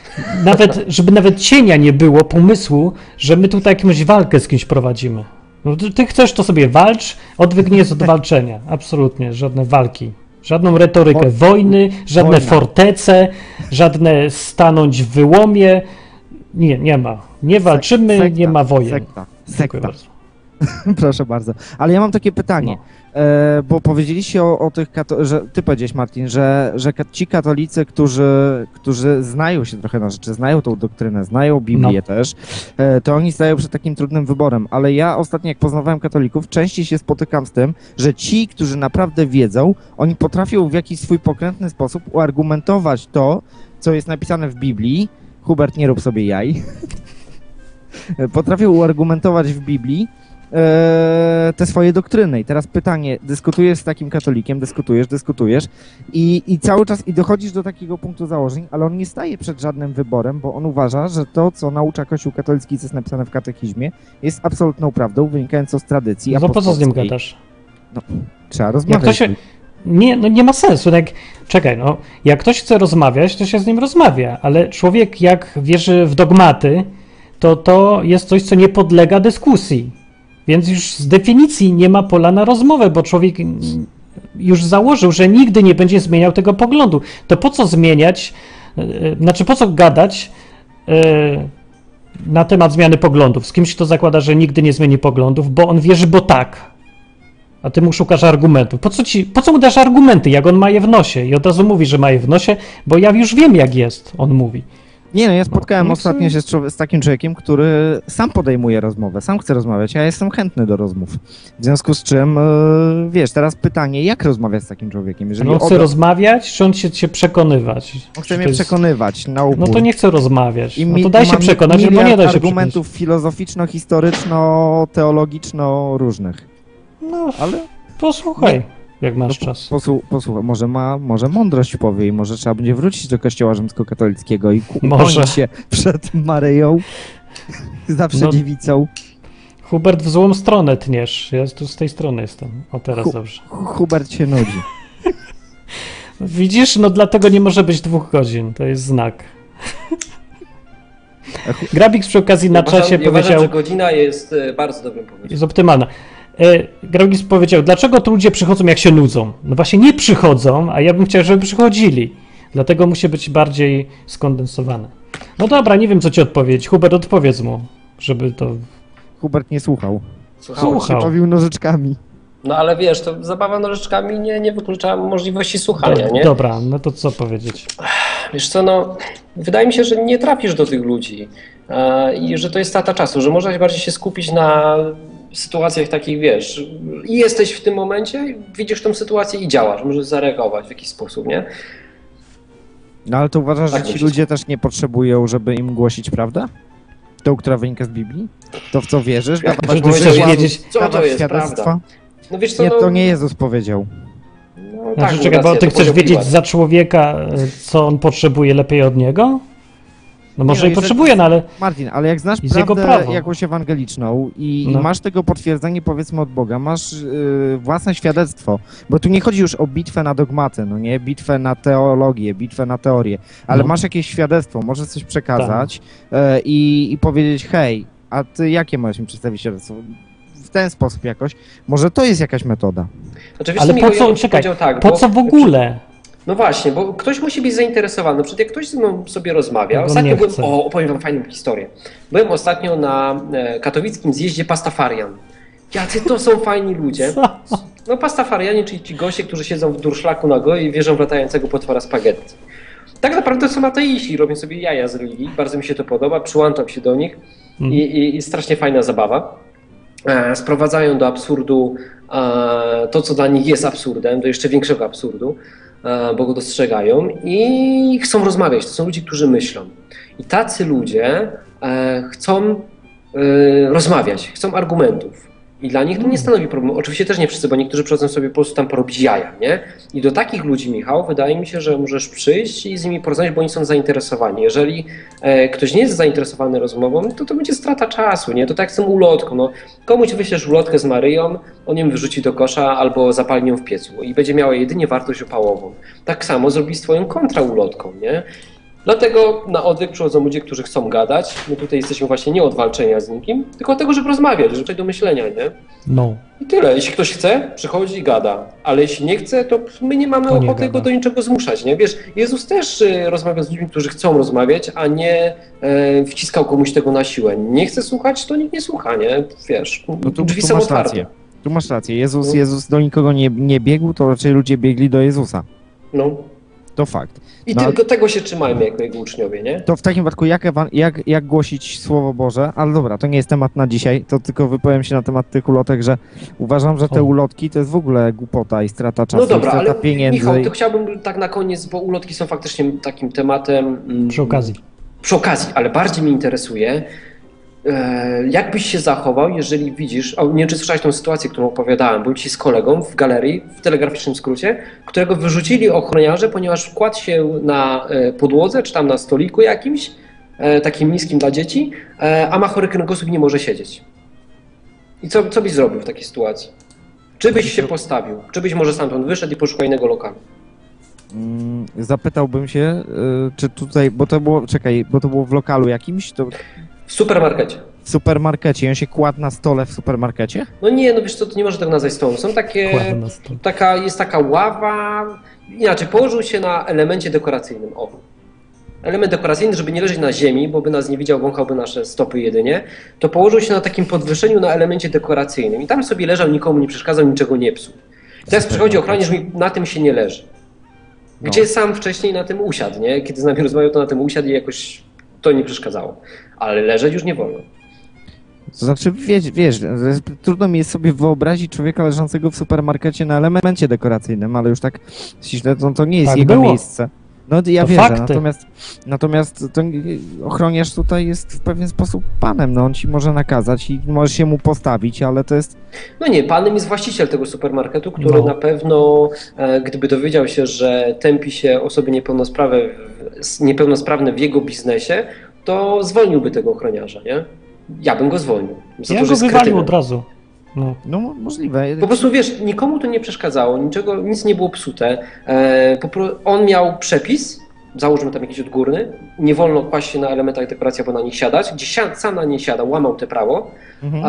[SPEAKER 1] nawet, żeby nawet cienia nie było pomysłu, że my tutaj jakąś walkę z kimś prowadzimy. No, ty, ty chcesz, to sobie walcz, odwyk nie jest od walczenia. Absolutnie, żadne walki. Żadną retorykę
[SPEAKER 5] Wo-
[SPEAKER 1] wojny, żadne
[SPEAKER 5] wojna.
[SPEAKER 1] fortece, żadne stanąć w wyłomie. Nie, nie ma. Nie walczymy,
[SPEAKER 5] Sekta,
[SPEAKER 1] nie ma wojen.
[SPEAKER 5] Sekta,
[SPEAKER 1] Dziękuję
[SPEAKER 5] sekta.
[SPEAKER 1] bardzo.
[SPEAKER 5] Proszę bardzo. Ale ja mam takie pytanie, e, bo powiedzieliście o, o tych, kato- że ty powiedziałeś, Martin, że, że ka- ci katolicy, którzy, którzy znają się trochę na rzeczy, znają tą doktrynę, znają Biblię
[SPEAKER 1] No.
[SPEAKER 5] też, e, to oni stają przed takim trudnym wyborem. Ale ja ostatnio, jak poznawałem katolików, częściej się spotykam z tym, że ci, którzy naprawdę wiedzą, oni potrafią w jakiś swój pokrętny sposób uargumentować to, co jest napisane w Biblii. Hubert, nie rób sobie jaj. Potrafią uargumentować w Biblii e, te swoje doktryny. I teraz pytanie, dyskutujesz z takim katolikiem, dyskutujesz, dyskutujesz i, i cały czas i dochodzisz do takiego punktu założeń, ale on nie staje przed żadnym wyborem, bo on uważa, że to, co naucza Kościół katolicki, co jest napisane w katechizmie, jest absolutną prawdą, wynikającą z tradycji
[SPEAKER 1] No to po co z nim
[SPEAKER 5] apostolskiej.
[SPEAKER 1] gadasz?
[SPEAKER 5] Trzeba
[SPEAKER 1] Jak
[SPEAKER 5] rozmawiać.
[SPEAKER 1] to się, nie, no nie ma sensu. Jak, czekaj, no, jak ktoś chce rozmawiać, to się z nim rozmawia, ale człowiek jak wierzy w dogmaty, to to jest coś, co nie podlega dyskusji. Więc już z definicji nie ma pola na rozmowę, bo człowiek mm, już założył, że nigdy nie będzie zmieniał tego poglądu. To po co zmieniać, yy, znaczy po co gadać yy, na temat zmiany poglądów? Z kimś, kto zakłada, że nigdy nie zmieni poglądów, bo on wierzy, bo tak. A ty mu szukasz argumentów. Po co, ci, po co mu dasz argumenty, jak on ma je w nosie? I od razu mówi, że ma je w nosie, bo ja już wiem, jak jest, on mówi.
[SPEAKER 5] Nie no, ja spotkałem
[SPEAKER 1] No,
[SPEAKER 5] ostatnio się z, człowie- z takim człowiekiem, który sam podejmuje rozmowę, sam chce rozmawiać, a ja jestem chętny do rozmów. W związku z czym, e, wiesz, teraz pytanie, jak rozmawiać z takim człowiekiem? Jeżeli
[SPEAKER 1] No on chce
[SPEAKER 5] oba-
[SPEAKER 1] rozmawiać, czy on chce się przekonywać?
[SPEAKER 5] on
[SPEAKER 1] Czy
[SPEAKER 5] chce
[SPEAKER 1] to
[SPEAKER 5] mnie
[SPEAKER 1] jest-
[SPEAKER 5] przekonywać na upór.
[SPEAKER 1] No to nie chce rozmawiać.
[SPEAKER 5] I
[SPEAKER 1] No
[SPEAKER 5] mi-
[SPEAKER 1] to daj się
[SPEAKER 5] mam
[SPEAKER 1] przekonać, albo nie
[SPEAKER 5] miliard
[SPEAKER 1] daj się
[SPEAKER 5] argumentów filozoficzno-historyczno-teologiczno-różnych.
[SPEAKER 1] przekonać. No,
[SPEAKER 5] Ale
[SPEAKER 1] posłuchaj, jak masz
[SPEAKER 5] no,
[SPEAKER 1] czas.
[SPEAKER 5] posłu- posłuchaj, może ma, może mądrość powie i może trzeba będzie wrócić do kościoła rzymskokatolickiego i ku-
[SPEAKER 1] Może.
[SPEAKER 5] ukłonić się przed Maryją, zawsze
[SPEAKER 1] No.
[SPEAKER 5] dziewicą.
[SPEAKER 1] Hubert, w złą stronę tniesz. Ja tu z tej strony jestem. O, teraz
[SPEAKER 5] Hu-
[SPEAKER 1] dobrze.
[SPEAKER 5] Hubert się nudzi.
[SPEAKER 1] Widzisz, no dlatego nie może być dwóch godzin. To jest znak. Grabik przy okazji na
[SPEAKER 2] Ja uważam-
[SPEAKER 1] czacie
[SPEAKER 2] ja uważam,
[SPEAKER 1] powiedział,
[SPEAKER 2] że godzina jest e, bardzo dobrym pomysłem.
[SPEAKER 1] jest optymalna. E, Grabik powiedział, dlaczego tu ludzie przychodzą, jak się nudzą? No właśnie nie przychodzą, a ja bym chciał, żeby przychodzili. Dlatego musi być bardziej skondensowane. No dobra, nie wiem, co ci odpowiedzieć. Hubert, odpowiedz mu, żeby to...
[SPEAKER 5] Hubert nie słuchał.
[SPEAKER 2] Słuchaj,
[SPEAKER 5] Się
[SPEAKER 1] Słuchał.
[SPEAKER 5] bawił nożyczkami.
[SPEAKER 2] No ale wiesz, to zabawa nożyczkami nie, nie wyklucza możliwości słuchania,
[SPEAKER 1] Do,
[SPEAKER 2] nie?
[SPEAKER 1] dobra, no to co powiedzieć?
[SPEAKER 2] Wiesz co, no, wydaje mi się, że nie trafisz do tych ludzi e, i że to jest strata czasu, że można bardziej się skupić na sytuacjach takich, wiesz, i jesteś w tym momencie, widzisz tą sytuację i działasz, możesz zareagować w jakiś sposób, nie?
[SPEAKER 5] No ale to uważasz,
[SPEAKER 2] Tak
[SPEAKER 5] że ci
[SPEAKER 2] myślę.
[SPEAKER 5] ludzie też nie potrzebują, żeby im głosić prawdę? Tą, która wynika z Biblii? To w co wierzysz?
[SPEAKER 2] Jak
[SPEAKER 5] Dawać
[SPEAKER 2] ktoś
[SPEAKER 1] chcesz
[SPEAKER 5] przykład,
[SPEAKER 1] wiedzieć,
[SPEAKER 2] co to
[SPEAKER 5] dawać
[SPEAKER 2] jest
[SPEAKER 5] świadectwa?
[SPEAKER 2] prawda? No wiesz co,
[SPEAKER 5] Nie,
[SPEAKER 2] no,
[SPEAKER 5] to nie Jezus powiedział.
[SPEAKER 2] no,
[SPEAKER 1] Znaczy,
[SPEAKER 2] tak,
[SPEAKER 1] czekaj, bo
[SPEAKER 2] racja,
[SPEAKER 1] ty
[SPEAKER 2] to
[SPEAKER 1] chcesz
[SPEAKER 2] powiedział
[SPEAKER 1] wiedzieć
[SPEAKER 2] Piłat.
[SPEAKER 1] za człowieka, e, co on potrzebuje lepiej od niego? No może
[SPEAKER 5] no,
[SPEAKER 1] i
[SPEAKER 5] jeżeli-
[SPEAKER 1] potrzebuje, no ale
[SPEAKER 5] Martin, ale jak znasz
[SPEAKER 1] Jest jego
[SPEAKER 5] prawdę
[SPEAKER 1] prawo.
[SPEAKER 5] jakąś ewangeliczną i,
[SPEAKER 1] No.
[SPEAKER 5] i masz tego potwierdzenie powiedzmy od Boga, masz yy, własne świadectwo, bo tu nie chodzi już o bitwę na dogmaty, no nie, bitwę na teologię, bitwę na teorię, ale
[SPEAKER 1] No.
[SPEAKER 5] masz jakieś świadectwo, możesz coś przekazać e, i, i powiedzieć, hej, a ty jakie możesz mi przedstawić świadectwo? W ten sposób jakoś, może to jest jakaś metoda.
[SPEAKER 2] Znaczy, wiesz,
[SPEAKER 1] Ale
[SPEAKER 2] Michał,
[SPEAKER 1] po
[SPEAKER 2] ja
[SPEAKER 1] co,
[SPEAKER 2] bym ci
[SPEAKER 1] czekaj,
[SPEAKER 2] powiedział tak,
[SPEAKER 1] po
[SPEAKER 2] bo-
[SPEAKER 1] co w ogóle?
[SPEAKER 2] No właśnie, bo ktoś musi być zainteresowany. Na przykład jak ktoś ze mną sobie rozmawia,
[SPEAKER 1] Jak on
[SPEAKER 2] ostatnio
[SPEAKER 1] nie
[SPEAKER 2] byłem,
[SPEAKER 1] chce.
[SPEAKER 2] o, opowiem wam fajną historię. Byłem ostatnio na e, katowickim zjeździe Pastafarian. Jacy to są fajni ludzie. No Pastafarianie, czyli ci goście, którzy siedzą w durszlaku na go i wierzą w latającego potwora spaghetti. Tak naprawdę są ateiści, robią sobie jaja z religii. Bardzo mi się to podoba, przyłączam się do nich
[SPEAKER 1] Mhm.
[SPEAKER 2] i, i, i strasznie fajna zabawa. E, sprowadzają do absurdu e, to, co dla nich jest absurdem, do jeszcze większego absurdu, e, bo go dostrzegają i chcą rozmawiać. To są ludzie, którzy myślą. I tacy ludzie e, chcą e, rozmawiać, chcą argumentów. I dla nich to nie stanowi problemu. Oczywiście też nie wszyscy, bo niektórzy przychodzą sobie po prostu tam porobić jaja, nie? I do takich ludzi, Michał, wydaje mi się, że możesz przyjść i z nimi porozmawiać, bo oni są zainteresowani. Jeżeli e, ktoś nie jest zainteresowany rozmową, to to będzie strata czasu, nie? To tak jak z tą ulotką, no. Komuś wyślesz ulotkę z Maryją, on ją wyrzuci do kosza albo zapali ją w piecu i będzie miała jedynie wartość opałową. Tak samo zrobi z twoją kontraulotką, nie? Dlatego na odwyk przychodzą ludzie, którzy chcą gadać. My tutaj jesteśmy właśnie nie od walczenia z nikim, tylko od tego, żeby rozmawiać, żeby przejść do myślenia, nie?
[SPEAKER 1] No.
[SPEAKER 2] I tyle. Jeśli ktoś chce, przychodzi i gada. Ale jeśli nie chce, to my nie mamy
[SPEAKER 1] To nie
[SPEAKER 2] ochoty
[SPEAKER 1] gada.
[SPEAKER 2] go do niczego zmuszać, nie? Wiesz, Jezus też y, rozmawia z ludźmi, którzy chcą rozmawiać, a nie e, wciskał komuś tego na siłę. Nie chce słuchać, to nikt nie słucha, nie? Wiesz,
[SPEAKER 5] No tu,
[SPEAKER 2] drzwi
[SPEAKER 5] tu
[SPEAKER 2] są
[SPEAKER 5] masz
[SPEAKER 2] otwarte.
[SPEAKER 5] rację. Tu masz rację. Jezus,
[SPEAKER 2] No.
[SPEAKER 5] Jezus do nikogo nie, nie biegł, to raczej ludzie biegli do Jezusa.
[SPEAKER 2] No.
[SPEAKER 5] To fakt.
[SPEAKER 2] I
[SPEAKER 5] No.
[SPEAKER 2] tylko tego się trzymajmy jako jego uczniowie, nie?
[SPEAKER 5] To w takim wypadku jak, ewan- jak, jak głosić Słowo Boże? Ale dobra, to nie jest temat na dzisiaj, to tylko wypowiem się na temat tych ulotek, że uważam, że te
[SPEAKER 1] O.
[SPEAKER 5] ulotki to jest w ogóle głupota i strata czasu,
[SPEAKER 2] No dobra,
[SPEAKER 5] i strata
[SPEAKER 2] ale
[SPEAKER 5] pieniędzy.
[SPEAKER 2] Michał, to chciałbym tak na koniec, bo ulotki są faktycznie takim tematem... mm,
[SPEAKER 1] Przy okazji.
[SPEAKER 2] Przy okazji, ale bardziej mnie interesuje, e, jak byś się zachował, jeżeli widzisz, o, nie wiem, czy słyszałeś tą sytuację, którą opowiadałem, byłem ci z kolegą w galerii, w telegraficznym skrócie, którego wyrzucili ochroniarze, ponieważ kładł się na e, podłodze, czy tam na stoliku jakimś, e, takim niskim dla dzieci, e, a ma chory kręgosłup i nie może siedzieć. I co, co byś zrobił w takiej sytuacji? Czy byś się postawił? Czy byś może stamtąd wyszedł i poszukał innego lokalu?
[SPEAKER 5] Mm, Zapytałbym się, y, czy tutaj, bo to było, czekaj, bo to było w lokalu jakimś, to
[SPEAKER 2] W supermarkecie.
[SPEAKER 5] w supermarkecie, i on się kładł na stole w supermarkecie?
[SPEAKER 2] No nie, no wiesz co, to nie może tego nazwać stołu. Są takie...
[SPEAKER 1] Kładę na stół.
[SPEAKER 2] Taka, jest taka ława, inaczej, położył się na elemencie dekoracyjnym, o. Element dekoracyjny, żeby nie leżeć na ziemi, bo by nas nie widział, wąchałby nasze stopy jedynie, to położył się na takim podwyższeniu na elemencie dekoracyjnym i tam sobie leżał, nikomu nie przeszkadzał, niczego nie psuł. I teraz przychodzi ochroniarz i na tym się nie leży. Gdzie sam wcześniej na tym usiadł, nie? Kiedy z nami rozmawiał, to na tym usiadł i jakoś to nie przeszkadzało. Ale leżeć już nie wolno.
[SPEAKER 5] To znaczy, wiesz, wiesz, trudno mi jest sobie wyobrazić człowieka leżącego w supermarkecie na elemencie dekoracyjnym, ale już tak ściśle, to, to nie jest
[SPEAKER 1] Tak
[SPEAKER 5] jego
[SPEAKER 1] było.
[SPEAKER 5] miejsce. No ja
[SPEAKER 1] To
[SPEAKER 5] wierzę,
[SPEAKER 1] fakty.
[SPEAKER 5] natomiast, natomiast to, ochroniarz tutaj jest w pewien sposób panem, no on ci może nakazać i możesz się mu postawić, ale to jest,
[SPEAKER 2] No nie, panem jest właściciel tego supermarketu, który
[SPEAKER 1] No.
[SPEAKER 2] na pewno, e, gdyby dowiedział się, że tępi się osoby niepełnosprawne, w- niepełnosprawne w jego biznesie, to zwolniłby tego ochroniarza, nie? Ja bym go zwolnił. Za
[SPEAKER 1] Ja
[SPEAKER 2] to,
[SPEAKER 1] go
[SPEAKER 2] że jest
[SPEAKER 1] wywalił
[SPEAKER 2] kretynem.
[SPEAKER 1] od razu. No.
[SPEAKER 5] no mo- możliwe.
[SPEAKER 2] Po prostu wiesz, nikomu to nie przeszkadzało, niczego, nic nie było psute. E, po, pro- on miał przepis, załóżmy tam jakiś odgórny, nie wolno kłaść się na elementach dekoracji, albo na nich siadać, gdzie si- sam na nie siadał, łamał te prawo.
[SPEAKER 5] Mhm.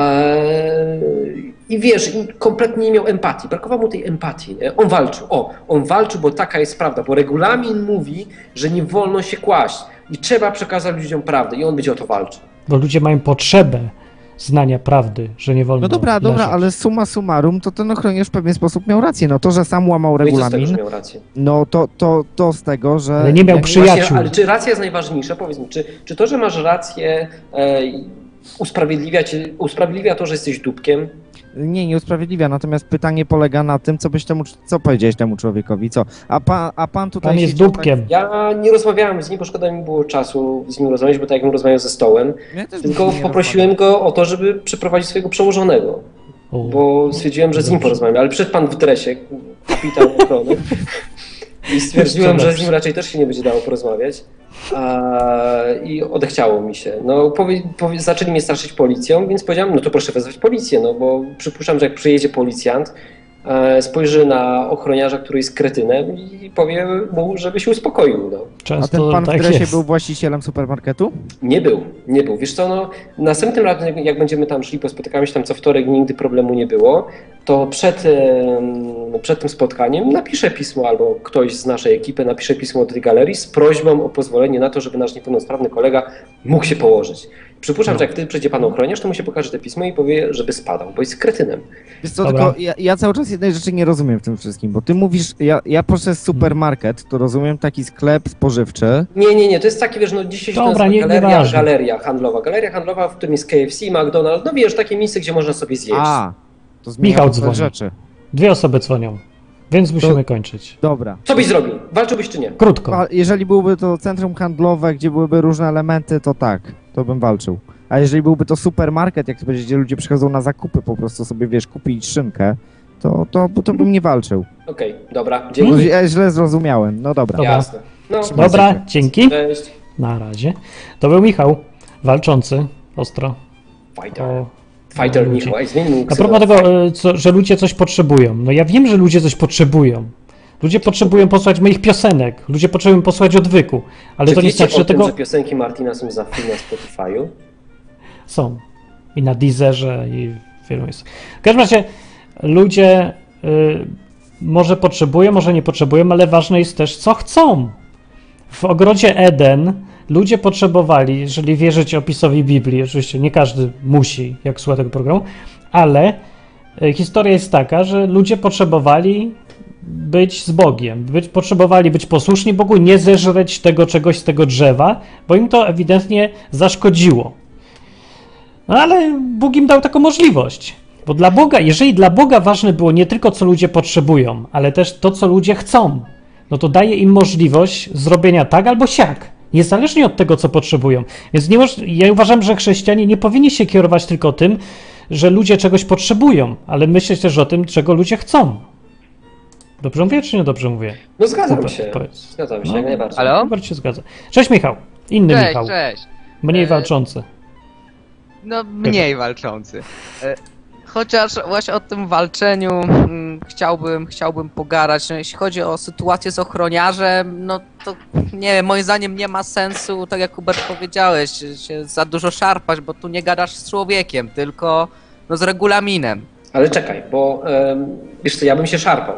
[SPEAKER 2] Eee, I wiesz, i kompletnie nie miał empatii, brakowało mu tej empatii. Nie? On walczył, o, on walczył, bo taka jest prawda, bo regulamin mówi, że nie wolno się kłaść i trzeba przekazać ludziom prawdę i on będzie o to walczył.
[SPEAKER 1] Bo ludzie mają potrzebę znania prawdy, że nie wolno
[SPEAKER 5] No dobra, dobra,
[SPEAKER 1] leżeć.
[SPEAKER 5] ale summa summarum, to ten ochroniarz w pewien sposób miał rację. No to, że sam łamał
[SPEAKER 2] No i co z tego,
[SPEAKER 5] regulamin,
[SPEAKER 2] że miał rację?
[SPEAKER 5] no to, to, to z tego, że...
[SPEAKER 1] Ale nie miał
[SPEAKER 5] jak-
[SPEAKER 1] przyjaciół.
[SPEAKER 2] Właśnie, ale czy racja jest najważniejsza? Powiedz mi, czy, czy to, że masz rację, e, usprawiedliwia, cię, usprawiedliwia to, że jesteś dupkiem?
[SPEAKER 5] Nie, nie usprawiedliwia, natomiast pytanie polega na tym, co byś temu, co powiedziałeś temu człowiekowi, co? A pan, a pan tutaj
[SPEAKER 1] Pan jest
[SPEAKER 5] siedział
[SPEAKER 1] dupkiem.
[SPEAKER 2] Ja nie rozmawiałem z nim, bo szkoda mi było czasu z nim rozmawiać, bo tak jakbym rozmawiał ze stołem.
[SPEAKER 5] Tak... Ja też
[SPEAKER 2] Tylko
[SPEAKER 5] nie
[SPEAKER 2] poprosiłem go o to, żeby przyprowadzić swojego przełożonego.
[SPEAKER 1] U.
[SPEAKER 2] Bo stwierdziłem, że z nim
[SPEAKER 1] Dobrze.
[SPEAKER 2] porozmawiam, ale przyszedł pan w dresie, kapitan ochrony. I stwierdziłem, że z nim raczej też się nie będzie dało porozmawiać. A, I odechciało mi się. No, powie, powie, zaczęli mnie straszyć policją, więc powiedziałem, no to proszę wezwać policję, no bo przypuszczam, że jak przyjedzie policjant, e, spojrzy na ochroniarza, który jest kretynem i powie mu, żeby się uspokoił. No.
[SPEAKER 5] A
[SPEAKER 1] Często
[SPEAKER 5] ten pan w
[SPEAKER 1] tak
[SPEAKER 5] dresie
[SPEAKER 1] jest.
[SPEAKER 5] był właścicielem supermarketu?
[SPEAKER 2] Nie był, nie był. Wiesz co, no, następnym razem, jak- jak będziemy tam szli, bo spotykamy się tam co wtorek, nigdy problemu nie było, to przed, em, przed tym spotkaniem napiszę pismo, albo ktoś z naszej ekipy napisze pismo do tej galerii z prośbą o pozwolenie na to, żeby nasz niepełnosprawny kolega mógł się położyć. Przypuszczam,
[SPEAKER 1] No.
[SPEAKER 2] że jak wtedy przyjdzie pan ochroniarz, to mu się pokaże te pismo i powie, żeby spadał, bo jest kretynem.
[SPEAKER 5] Wiesz co,
[SPEAKER 1] Dobra.
[SPEAKER 5] tylko ja, ja cały czas jednej rzeczy nie rozumiem w tym wszystkim, bo ty mówisz, ja, ja przez supermarket, to rozumiem taki sklep spożywczy.
[SPEAKER 2] Nie, nie, nie, to jest taki, wiesz, no dzisiaj się
[SPEAKER 1] Dobra,
[SPEAKER 2] nazywa
[SPEAKER 1] nie-
[SPEAKER 2] galeria,
[SPEAKER 1] nieważne.
[SPEAKER 2] galeria handlowa. Galeria handlowa, w którym jest K F C, McDonald's, no wiesz, takie miejsce, gdzie można sobie zjeść.
[SPEAKER 5] A, to zmienia
[SPEAKER 1] Michał
[SPEAKER 5] postać
[SPEAKER 1] dzwoni.
[SPEAKER 5] rzeczy.
[SPEAKER 1] Dwie osoby dzwonią, więc musimy kończyć.
[SPEAKER 5] Dobra.
[SPEAKER 2] Co byś zrobił? Walczyłbyś czy nie?
[SPEAKER 1] Krótko.
[SPEAKER 5] A jeżeli byłoby to centrum handlowe, gdzie byłyby różne elementy, to tak, to bym walczył. A jeżeli byłby to supermarket, jak to powiedzieć, gdzie ludzie przychodzą na zakupy, po prostu sobie, wiesz, kupić szynkę, to, to, to bym nie walczył.
[SPEAKER 2] Okej, dobra,
[SPEAKER 5] Bo
[SPEAKER 2] dzięki.
[SPEAKER 5] ja źle zrozumiałem, no dobra.
[SPEAKER 1] Dobra.
[SPEAKER 2] Jasne. No,
[SPEAKER 1] Dobra, dzięki.
[SPEAKER 2] cześć.
[SPEAKER 1] Na razie. To był Michał, walczący ostro
[SPEAKER 2] Fighter.
[SPEAKER 1] o
[SPEAKER 2] Fighter
[SPEAKER 1] ludzi.
[SPEAKER 2] Michał, zmień mu
[SPEAKER 1] A
[SPEAKER 2] ksywę.
[SPEAKER 1] propos tego, e, co, że ludzie coś potrzebują. No ja wiem, że ludzie coś potrzebują. Ludzie potrzebują posłuchać moich piosenek, ludzie potrzebują posłuchać odwyku, ale
[SPEAKER 2] Czy
[SPEAKER 1] to nie
[SPEAKER 2] wiecie
[SPEAKER 1] znaczy,
[SPEAKER 2] o
[SPEAKER 1] że
[SPEAKER 2] tym,
[SPEAKER 1] tego
[SPEAKER 2] że piosenki Martina są za free na Spotify'u?
[SPEAKER 1] są. I na Deezerze, i w wielu miejscach. W każdym razie ludzie y, może potrzebują, może nie potrzebują, ale ważne jest też, co chcą. W ogrodzie Eden ludzie potrzebowali, jeżeli wierzyć opisowi Biblii, oczywiście nie każdy musi, jak słucha tego programu, ale y, historia jest taka, że ludzie potrzebowali być z Bogiem, być, potrzebowali być posłuszni Bogu, nie zeżreć tego czegoś z tego drzewa, bo im to ewidentnie zaszkodziło. No ale Bóg im dał taką możliwość. Bo dla Boga, jeżeli dla Boga ważne było nie tylko co ludzie potrzebują, ale też to, co ludzie chcą, no to daje im możliwość zrobienia tak albo siak, niezależnie od tego, co potrzebują. Więc nie moż... ja uważam, że chrześcijanie nie powinni się kierować tylko tym, że ludzie czegoś potrzebują, ale myśleć też o tym, czego ludzie chcą. Dobrze mówię, czy nie dobrze mówię?
[SPEAKER 2] No zgadzam
[SPEAKER 1] Super,
[SPEAKER 2] się.
[SPEAKER 1] powiedz.
[SPEAKER 2] Zgadzam się,
[SPEAKER 1] No.
[SPEAKER 2] jak najbardziej.
[SPEAKER 6] Halo?
[SPEAKER 1] Bardzo się zgadza. Cześć Michał. Inny
[SPEAKER 6] Cześć,
[SPEAKER 1] Michał.
[SPEAKER 6] cześć.
[SPEAKER 1] Mniej
[SPEAKER 6] E,
[SPEAKER 1] walczący.
[SPEAKER 6] No mniej walczący. E, Chociaż właśnie o tym walczeniu mm, chciałbym, chciałbym pogadać. No, jeśli chodzi o sytuację z ochroniarzem, no to nie wiem, moim zdaniem nie ma sensu, tak jak Hubert powiedziałeś, się za dużo szarpać, bo tu nie gadasz z człowiekiem, tylko no, z regulaminem.
[SPEAKER 2] Ale czekaj, bo em, wiesz co, ja bym się szarpał.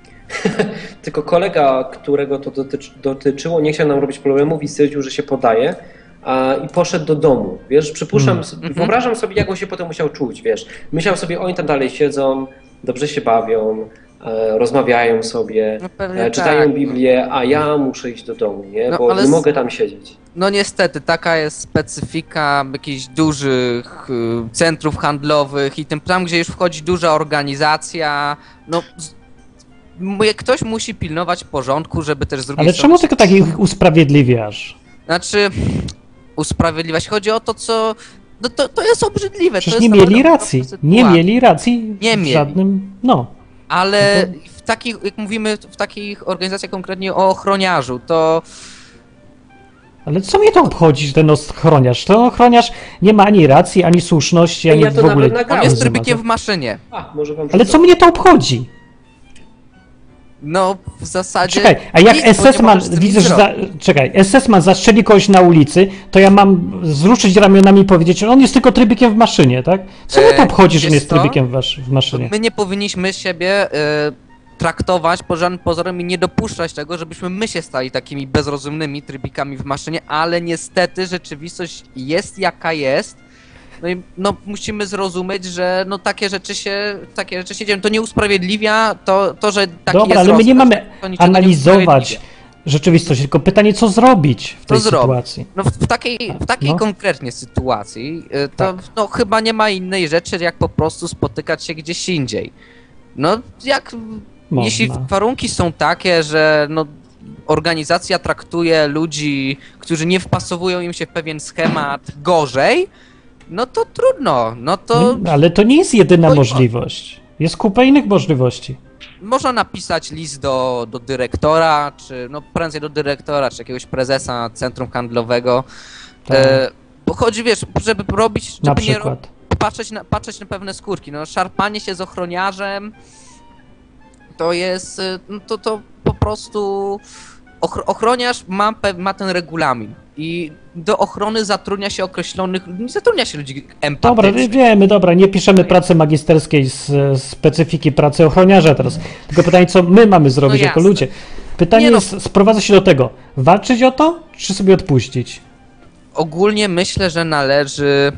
[SPEAKER 2] Tylko kolega, którego to dotyczy, dotyczyło, nie chciał nam robić problemów i stwierdził, że się podaje a, i poszedł do domu. Wiesz, przypuszczam,
[SPEAKER 1] Hmm.
[SPEAKER 2] wyobrażam sobie, jak on się potem musiał czuć, wiesz. Myślał sobie, oni tam dalej siedzą, dobrze się bawią, e, rozmawiają sobie,
[SPEAKER 6] No pewnie
[SPEAKER 2] e, czytają
[SPEAKER 6] tak.
[SPEAKER 2] Biblię, a ja muszę iść do domu, nie?
[SPEAKER 6] No,
[SPEAKER 2] Bo
[SPEAKER 6] ale
[SPEAKER 2] nie
[SPEAKER 6] s-
[SPEAKER 2] mogę tam siedzieć.
[SPEAKER 6] No niestety, taka jest specyfika jakichś dużych y, centrów handlowych i tym tam, gdzie już wchodzi duża organizacja, no z, m- ktoś musi pilnować porządku, żeby też z drugiej
[SPEAKER 1] Ale
[SPEAKER 6] strony...
[SPEAKER 1] czemu tylko tak ich usprawiedliwiasz?
[SPEAKER 6] Znaczy, usprawiedliwiać. Chodzi o to, co... No to, to jest obrzydliwe.
[SPEAKER 1] Przecież
[SPEAKER 6] to
[SPEAKER 1] nie
[SPEAKER 6] jest
[SPEAKER 1] mieli
[SPEAKER 6] naprawdę
[SPEAKER 1] racji.
[SPEAKER 6] prosta
[SPEAKER 1] Nie
[SPEAKER 6] sytuacja.
[SPEAKER 1] mieli racji
[SPEAKER 6] Nie
[SPEAKER 1] w
[SPEAKER 6] mieli.
[SPEAKER 1] żadnym... No.
[SPEAKER 6] Ale
[SPEAKER 1] No to-
[SPEAKER 6] w takich, jak mówimy w takich organizacjach konkretnie o ochroniarzu, to...
[SPEAKER 1] Ale co mnie to obchodzi, że ten ochroniarz? Ten ochroniarz nie ma ani racji, ani słuszności,
[SPEAKER 2] Ej,
[SPEAKER 1] ani
[SPEAKER 2] ja to
[SPEAKER 1] w ogóle...
[SPEAKER 2] nawet nagrałem.
[SPEAKER 6] On jest
[SPEAKER 2] nie
[SPEAKER 6] trybikiem w maszynie.
[SPEAKER 2] A, może wam
[SPEAKER 1] Ale co mnie to obchodzi?
[SPEAKER 6] No, w zasadzie...
[SPEAKER 1] Czekaj, a jak
[SPEAKER 6] nic, bo nie
[SPEAKER 1] S S-man,
[SPEAKER 6] możesz z tym
[SPEAKER 1] widzę,
[SPEAKER 6] nic
[SPEAKER 1] że za,
[SPEAKER 6] zrobić.
[SPEAKER 1] czekaj, S S-man zastrzeli kogoś na ulicy, to ja mam wzruszyć ramionami i powiedzieć, że on jest tylko trybikiem w maszynie, tak? Co mnie to
[SPEAKER 6] E,
[SPEAKER 1] obchodzi, że on
[SPEAKER 6] wiesz
[SPEAKER 1] jest
[SPEAKER 6] co?
[SPEAKER 1] trybikiem w, wasz, w maszynie?
[SPEAKER 6] My nie powinniśmy siebie y, traktować pod żadnym pozorem i nie dopuszczać tego, żebyśmy my się stali takimi bezrozumnymi trybikami w maszynie, ale niestety rzeczywistość jest jaka jest. No i no, musimy zrozumieć, że no takie rzeczy się, takie rzeczy się dzieją. To nie usprawiedliwia to, to że taki
[SPEAKER 1] Dobra,
[SPEAKER 6] jest
[SPEAKER 1] ale my nie
[SPEAKER 6] rozkaz,
[SPEAKER 1] mamy
[SPEAKER 6] to niczego nie
[SPEAKER 1] analizować
[SPEAKER 6] usprawiedliwia.
[SPEAKER 1] rzeczywistości, tylko pytanie, co zrobić w tej
[SPEAKER 6] Co zrobić?
[SPEAKER 1] sytuacji.
[SPEAKER 6] No w, w takiej, w takiej
[SPEAKER 1] No.
[SPEAKER 6] konkretnie sytuacji y, to
[SPEAKER 1] Tak.
[SPEAKER 6] no, chyba nie ma innej rzeczy, jak po prostu spotykać się gdzieś indziej. No jak,
[SPEAKER 1] Można.
[SPEAKER 6] jeśli warunki są takie, że no, organizacja traktuje ludzi, którzy nie wpasowują im się w pewien schemat gorzej, no to trudno, no to
[SPEAKER 1] No, ale to nie jest jedyna
[SPEAKER 6] Oj, o.
[SPEAKER 1] możliwość. Jest kupa innych możliwości.
[SPEAKER 6] można napisać list do, do dyrektora, czy no prędzej do dyrektora, czy jakiegoś prezesa centrum handlowego.
[SPEAKER 1] Tak.
[SPEAKER 6] E, bo chodzi, wiesz, żeby robić,
[SPEAKER 1] Na
[SPEAKER 6] żeby nie ro-
[SPEAKER 1] przykład.
[SPEAKER 6] patrzeć na, patrzeć na pewne skórki. No, szarpanie się z ochroniarzem to jest, y, no, to, to po prostu ochro- ochroniarz ma, pe- ma ten regulamin i do ochrony zatrudnia się określonych, nie zatrudnia się ludzi
[SPEAKER 1] Dobra,
[SPEAKER 6] empatycznych.
[SPEAKER 1] wiemy, dobra, nie piszemy pracy magisterskiej z e, specyfiki pracy ochroniarza teraz. Tylko pytanie, co my mamy zrobić
[SPEAKER 6] No
[SPEAKER 1] jako
[SPEAKER 6] jasne.
[SPEAKER 1] ludzie. Pytanie
[SPEAKER 6] Nie no.
[SPEAKER 1] jest, sprowadza się do tego, walczyć o to, czy sobie odpuścić?
[SPEAKER 6] Ogólnie myślę, że należy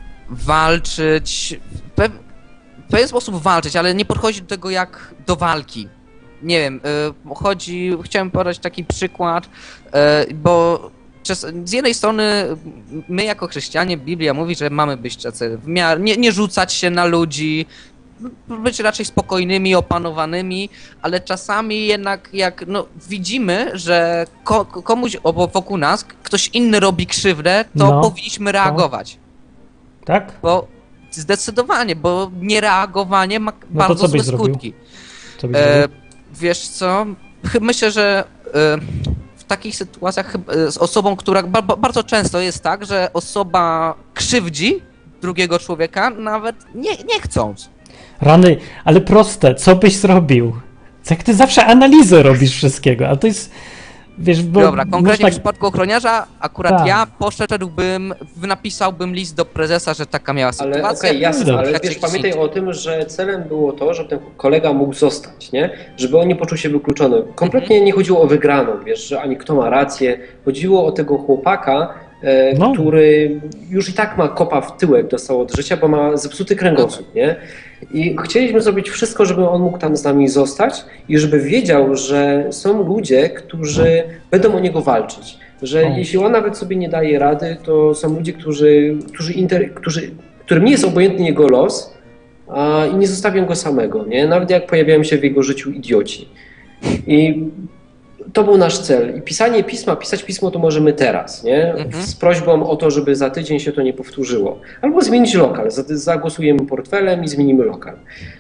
[SPEAKER 6] walczyć, w pe- w pewien sposób walczyć, ale nie podchodzić do tego jak do walki. Nie wiem, y, chodzi, chciałem podać taki przykład, y, bo czas, z jednej strony my jako chrześcijanie, Biblia mówi, że mamy być tacy w miarę, nie, nie rzucać się na ludzi, być raczej spokojnymi, opanowanymi, ale czasami jednak jak no, widzimy, że ko, komuś obo- wokół nas ktoś inny robi krzywdę, to
[SPEAKER 1] No,
[SPEAKER 6] powinniśmy reagować.
[SPEAKER 1] Tak?
[SPEAKER 6] Bo zdecydowanie, bo niereagowanie ma
[SPEAKER 1] No to
[SPEAKER 6] bardzo
[SPEAKER 1] co
[SPEAKER 6] złe
[SPEAKER 1] byś zrobił?
[SPEAKER 6] skutki.
[SPEAKER 1] Co byś
[SPEAKER 6] E,
[SPEAKER 1] zrobił?
[SPEAKER 6] wiesz co, Chy- myślę, że e, w takich sytuacjach chyba, e, z osobą, która ba, ba, bardzo często jest tak, że osoba krzywdzi drugiego człowieka nawet nie, nie chcąc.
[SPEAKER 1] Rany, ale proste, co byś zrobił? Jak ty zawsze analizę robisz wszystkiego, a to jest, wiesz, bo
[SPEAKER 6] Dobra, konkretnie
[SPEAKER 1] można-
[SPEAKER 6] w przypadku ochroniarza akurat
[SPEAKER 1] Tak.
[SPEAKER 6] ja poszedłbym, napisałbym list do prezesa, że taka miała
[SPEAKER 2] Ale
[SPEAKER 6] sytuacja.
[SPEAKER 2] okej, jasne,
[SPEAKER 1] Dobrze.
[SPEAKER 2] ale
[SPEAKER 6] Jak
[SPEAKER 2] wiesz,
[SPEAKER 6] się
[SPEAKER 2] pamiętaj
[SPEAKER 6] idzie.
[SPEAKER 2] o tym, że celem było to, żeby ten kolega mógł zostać, nie? Żeby on nie poczuł się wykluczony. Kompletnie nie chodziło o wygraną, wiesz, że ani kto ma rację. Chodziło o tego chłopaka, e,
[SPEAKER 1] No.
[SPEAKER 2] który już i tak ma kopa w tyłek dostał od życia, bo ma zepsuty kręgosłup, nie? I chcieliśmy zrobić wszystko, żeby on mógł tam z nami zostać i żeby wiedział, że są ludzie, którzy będą o niego walczyć. Że
[SPEAKER 1] O.
[SPEAKER 2] jeśli on nawet sobie nie daje rady, to są ludzie, którzy, którzy, inter, którzy którym nie jest obojętny jego los a, i nie zostawią go samego, nie? Nawet jak pojawiają się w jego życiu idioci. I to był nasz cel. I pisanie pisma, pisać pismo to możemy teraz, nie?
[SPEAKER 6] Mhm.
[SPEAKER 2] Z prośbą o to, żeby za tydzień się to nie powtórzyło. Albo zmienić lokal. Zagłosujemy portfelem i zmienimy lokal.